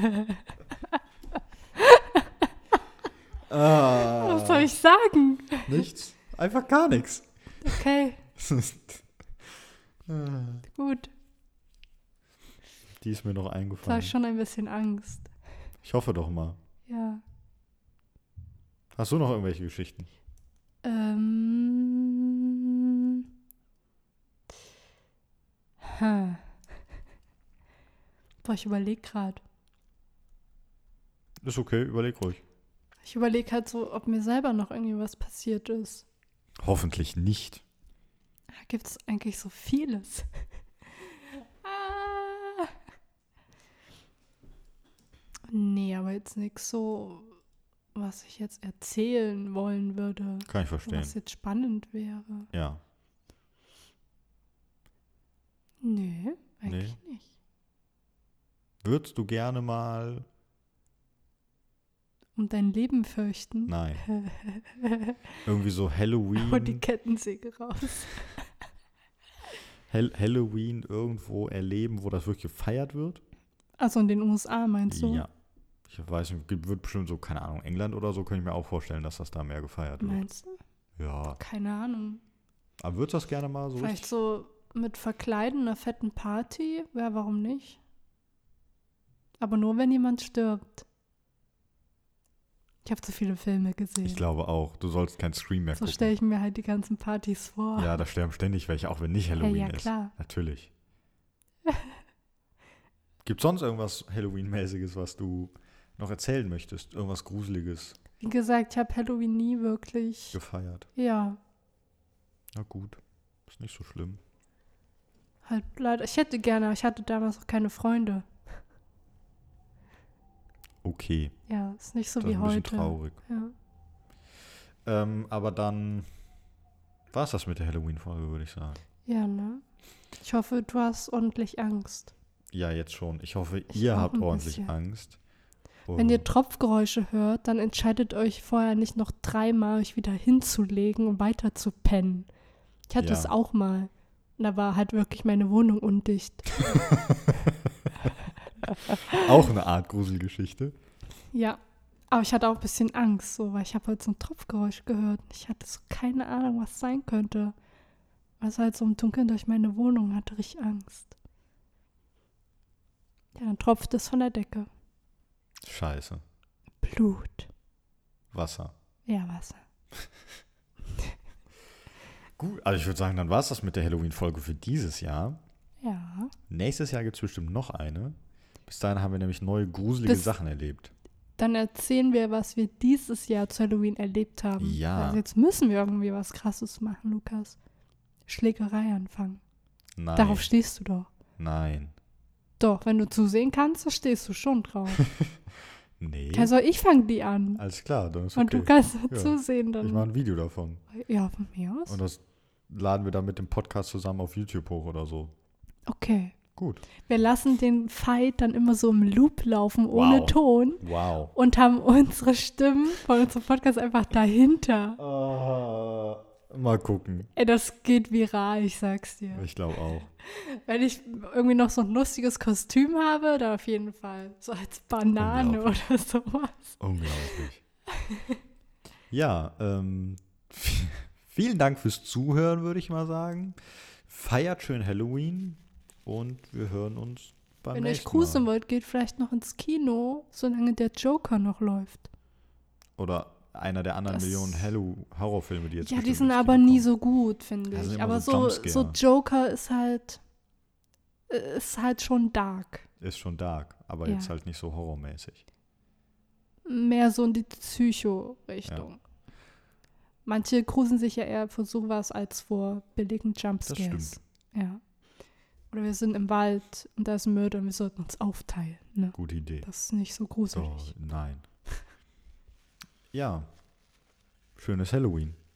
Ah, Was soll ich sagen? Nichts. Einfach gar nichts. Okay, gut. Die ist mir noch Da habe eingefallen. ich schon ein bisschen Angst. Ich hoffe doch mal. Ja. Hast du noch irgendwelche Geschichten? Ähm. Ha. Boah, ich überlege gerade. Ist okay, überleg ruhig. Ich überlege halt so, ob mir selber noch irgendwie was passiert ist. Hoffentlich nicht. Da gibt es eigentlich so vieles. ah. Nee, aber jetzt nichts so, was ich jetzt erzählen wollen würde. Kann ich verstehen. Was jetzt spannend wäre. Ja. Nö, eigentlich nicht. Würdest du gerne mal... Um dein Leben fürchten. Nein. Irgendwie so Halloween. Hol die Kettensäge raus. Hall- Halloween irgendwo erleben, wo das wirklich gefeiert wird? Also in den U S A meinst du? Ja. Ich weiß nicht, gibt- wird bestimmt so, keine Ahnung, England oder so, könnte ich mir auch vorstellen, dass das da mehr gefeiert wird. Meinst du? Ja. Keine Ahnung. Aber würdest du das gerne mal so Vielleicht richtig? so mit Verkleiden, einer fetten Party? Ja, warum nicht? Aber nur, wenn jemand stirbt. Ich habe zu viele Filme gesehen. Ich glaube auch. Du sollst kein Scream mehr so gucken. stelle ich mir halt die ganzen Partys vor. Ja, da sterben ständig welche, auch wenn nicht Halloween Hey, ja, ist. klar. Natürlich. Gibt es sonst irgendwas Halloween-mäßiges, was du noch erzählen möchtest? Irgendwas Gruseliges Wie gesagt, ich habe Halloween nie wirklich. gefeiert? Ja, Na gut. Ist nicht so schlimm. halt leider. Ich hätte gerne, aber ich hatte damals auch keine Freunde. Okay. Ja, ist nicht so Das ist wie ein bisschen heute. traurig. Ja. Ähm, aber dann war es das mit der Halloween-Folge, würde ich sagen. ja, ne? Ich hoffe, du hast ordentlich Angst. Ja, jetzt schon. Ich hoffe, Ich ihr auch habt ein ordentlich bisschen. Angst. Wenn ihr Und- Tropfgeräusche hört, dann entscheidet euch vorher nicht noch dreimal euch wieder hinzulegen und weiter zu pennen. Ich hatte Ja. es auch mal. Und da war halt wirklich meine Wohnung undicht. Auch eine Art Gruselgeschichte. Ja, aber ich hatte auch ein bisschen Angst, so, weil ich habe halt so ein Tropfgeräusch gehört. Ich hatte so keine Ahnung, was sein könnte. Also halt so im Dunkeln durch meine Wohnung hatte ich Angst. Ja, dann tropft es von der Decke. Scheiße. Blut. Wasser. Ja, Wasser. Gut, also ich würde sagen, dann war es das mit der Halloween-Folge für dieses Jahr. Ja. Nächstes Jahr gibt es bestimmt noch eine. Bis dahin haben wir nämlich neue gruselige Bis- Sachen erlebt. Dann erzählen wir, was wir dieses Jahr zu Halloween erlebt haben. Ja. Also jetzt müssen wir irgendwie was Krasses machen, Lukas. Schlägerei anfangen. Nein. Darauf stehst du doch. Nein. Doch, wenn du zusehen kannst, da stehst du schon drauf. Nee. Also ich fange die an. Alles klar, dann ist okay. Und du kannst Ja. zusehen dann. Ich mache ein Video davon. Ja, von mir aus. Und das laden wir dann mit dem Podcast zusammen auf YouTube hoch oder so. Okay. Gut. Wir lassen den Fight dann immer so im Loop laufen, ohne Wow. Ton. Wow. Und haben unsere Stimmen von unserem Podcast einfach dahinter. Uh, mal gucken. Ey, das geht viral, ich sag's dir. Ich glaube auch. Wenn ich irgendwie noch so ein lustiges Kostüm habe, dann auf jeden Fall. So als Banane Unglaublich. oder sowas. Unglaublich. Ja, ähm, vielen Dank fürs Zuhören, würde ich mal sagen. Feiert schön Halloween und wir hören uns beim Wenn ihr euch nächsten gruseln Mal. wollt, geht vielleicht noch ins Kino, solange der Joker noch läuft. Oder einer der anderen Das- Millionen Hallo- Horrorfilme, die jetzt Ja, die bestimmt sind ins aber Kino nie kommen. so gut, finde Ja, sind ich. immer Aber so so, Jumpscare. so Joker ist halt, äh, ist halt schon dark. Ist schon dark, aber Ja. jetzt halt nicht so horrormäßig. Mehr so in die Psycho-Richtung. Manche gruseln sich ja eher vor sowas als vor billigen Jumpscares. stimmt. Ja. Oder wir sind im Wald und da ist ein Mörder und wir sollten uns aufteilen. Ne? Gute Idee. Das ist nicht so gruselig. So, nein. Ja, schönes Halloween.